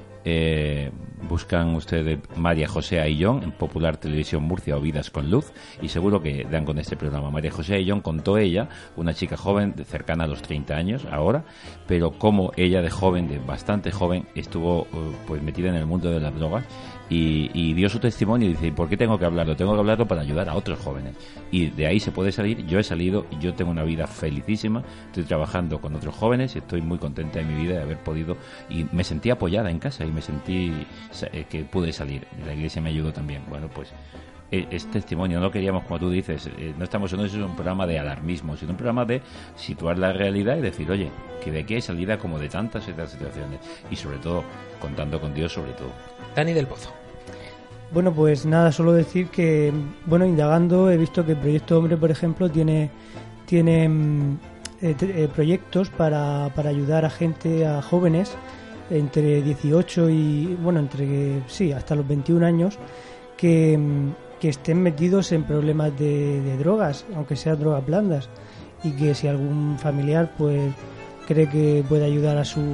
Eh, buscan ustedes María José Aillón en Popular Televisión Murcia o Vidas con Luz y seguro que dan con este programa. María José Aillón contó ella, una chica joven cercana a los treinta años ahora, pero como ella de joven, de bastante joven, estuvo pues metida en el mundo de las drogas y, y dio su testimonio y dice, ¿y por qué tengo que hablarlo? Tengo que hablarlo para ayudar a otros jóvenes, y de ahí se puede salir. Yo he salido y yo tengo una vida felicísima, estoy trabajando con otros jóvenes y estoy muy contenta de mi vida de haber podido, y me sentí apoyada en casa y me sentí que pude salir. La iglesia me ayudó también. Bueno, pues es testimonio. No queríamos, como tú dices, eh, no estamos en un programa de alarmismo, sino un programa de situar la realidad y decir, oye, que de aquí hay salida como de tantas y tantas situaciones, y sobre todo contando con Dios sobre todo. Dani del Pozo. Bueno, pues nada, solo decir que, bueno, indagando he visto que el Proyecto Hombre, por ejemplo, tiene tiene eh, eh, proyectos para, para ayudar a gente, a jóvenes entre dieciocho y, bueno, entre, sí, hasta los veintiún años, que, que estén metidos en problemas de, de drogas, aunque sean drogas blandas, y que si algún familiar pues cree que puede ayudar a su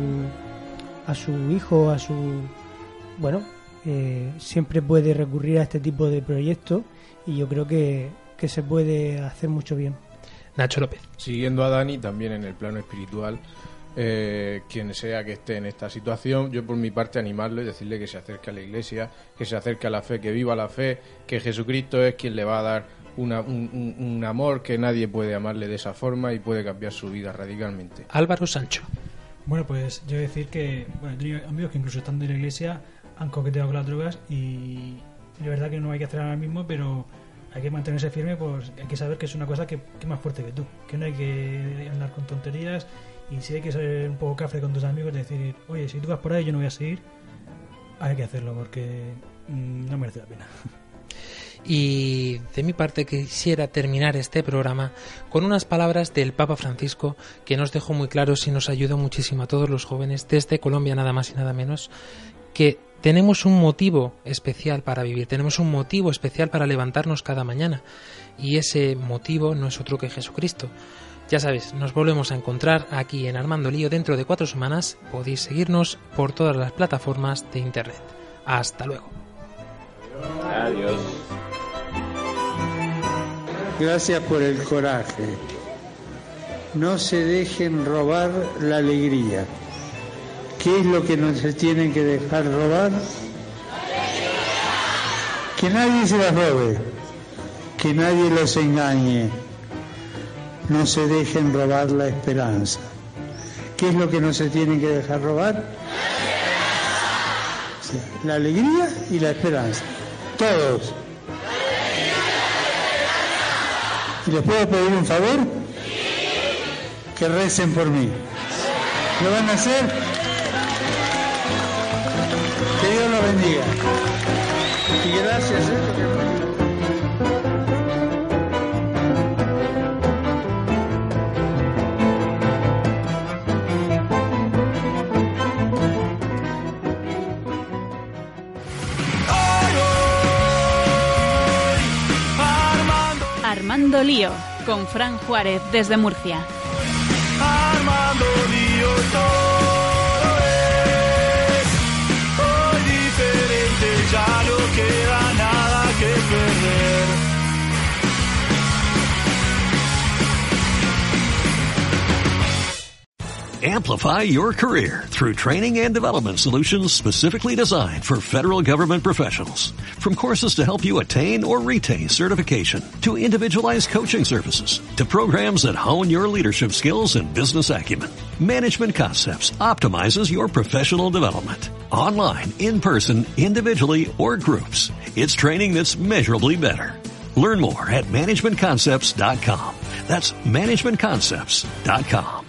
a su hijo, a su, bueno, eh, siempre puede recurrir a este tipo de proyectos, y yo creo que, que se puede hacer mucho bien. Nacho López. Siguiendo a Dani, también en el plano espiritual, Eh, quien sea que esté en esta situación, yo por mi parte animarle, decirle que se acerque a la iglesia, que se acerque a la fe, que viva la fe, que Jesucristo es quien le va a dar una, un, un, un amor que nadie puede amarle de esa forma y puede cambiar su vida radicalmente. Álvaro Sancho. Bueno, pues yo decir que, bueno, he tenido amigos que incluso estando en la iglesia han coqueteado con las drogas, y de verdad que no hay que hacer ahora mismo, pero hay que mantenerse firme, pues hay que saber que es una cosa que, que es más fuerte que tú, que no hay que andar con tonterías. Y si hay que ser un poco cafre con tus amigos, decir, oye, si tú vas por ahí yo no voy a seguir, hay que hacerlo porque mmm, no merece la pena. Y de mi parte quisiera terminar este programa con unas palabras del Papa Francisco, que nos dejó muy claros y nos ayudó muchísimo a todos los jóvenes desde Colombia, nada más y nada menos, que tenemos un motivo especial para vivir, tenemos un motivo especial para levantarnos cada mañana, y ese motivo no es otro que Jesucristo. Ya sabéis, nos volvemos a encontrar aquí en Armando Lío dentro de cuatro semanas. Podéis seguirnos por todas las plataformas de internet. Hasta luego. Adiós. Gracias por el coraje. No se dejen robar la alegría. ¿Qué es lo que no se tienen que dejar robar? Que nadie se las robe. Que nadie los engañe. No se dejen robar la esperanza. ¿Qué es lo que no se tiene que dejar robar? Sí, la alegría y la esperanza. Todos. ¿Y les puedo pedir un favor? Que recen por mí. ¿Lo van a hacer? Que Dios los bendiga. Y gracias, ¿eh? Porque... Armando Lío, con Fran Juárez desde Murcia. Armando Lío, todo es hoy diferente, ya no queda nada que perder. Amplify your career through training and development solutions specifically designed for federal government professionals. From courses to help you attain or retain certification, to individualized coaching services, to programs that hone your leadership skills and business acumen, Management Concepts optimizes your professional development. Online, in person, individually, or groups, it's training that's measurably better. Learn more at management concepts dot com. That's management concepts dot com.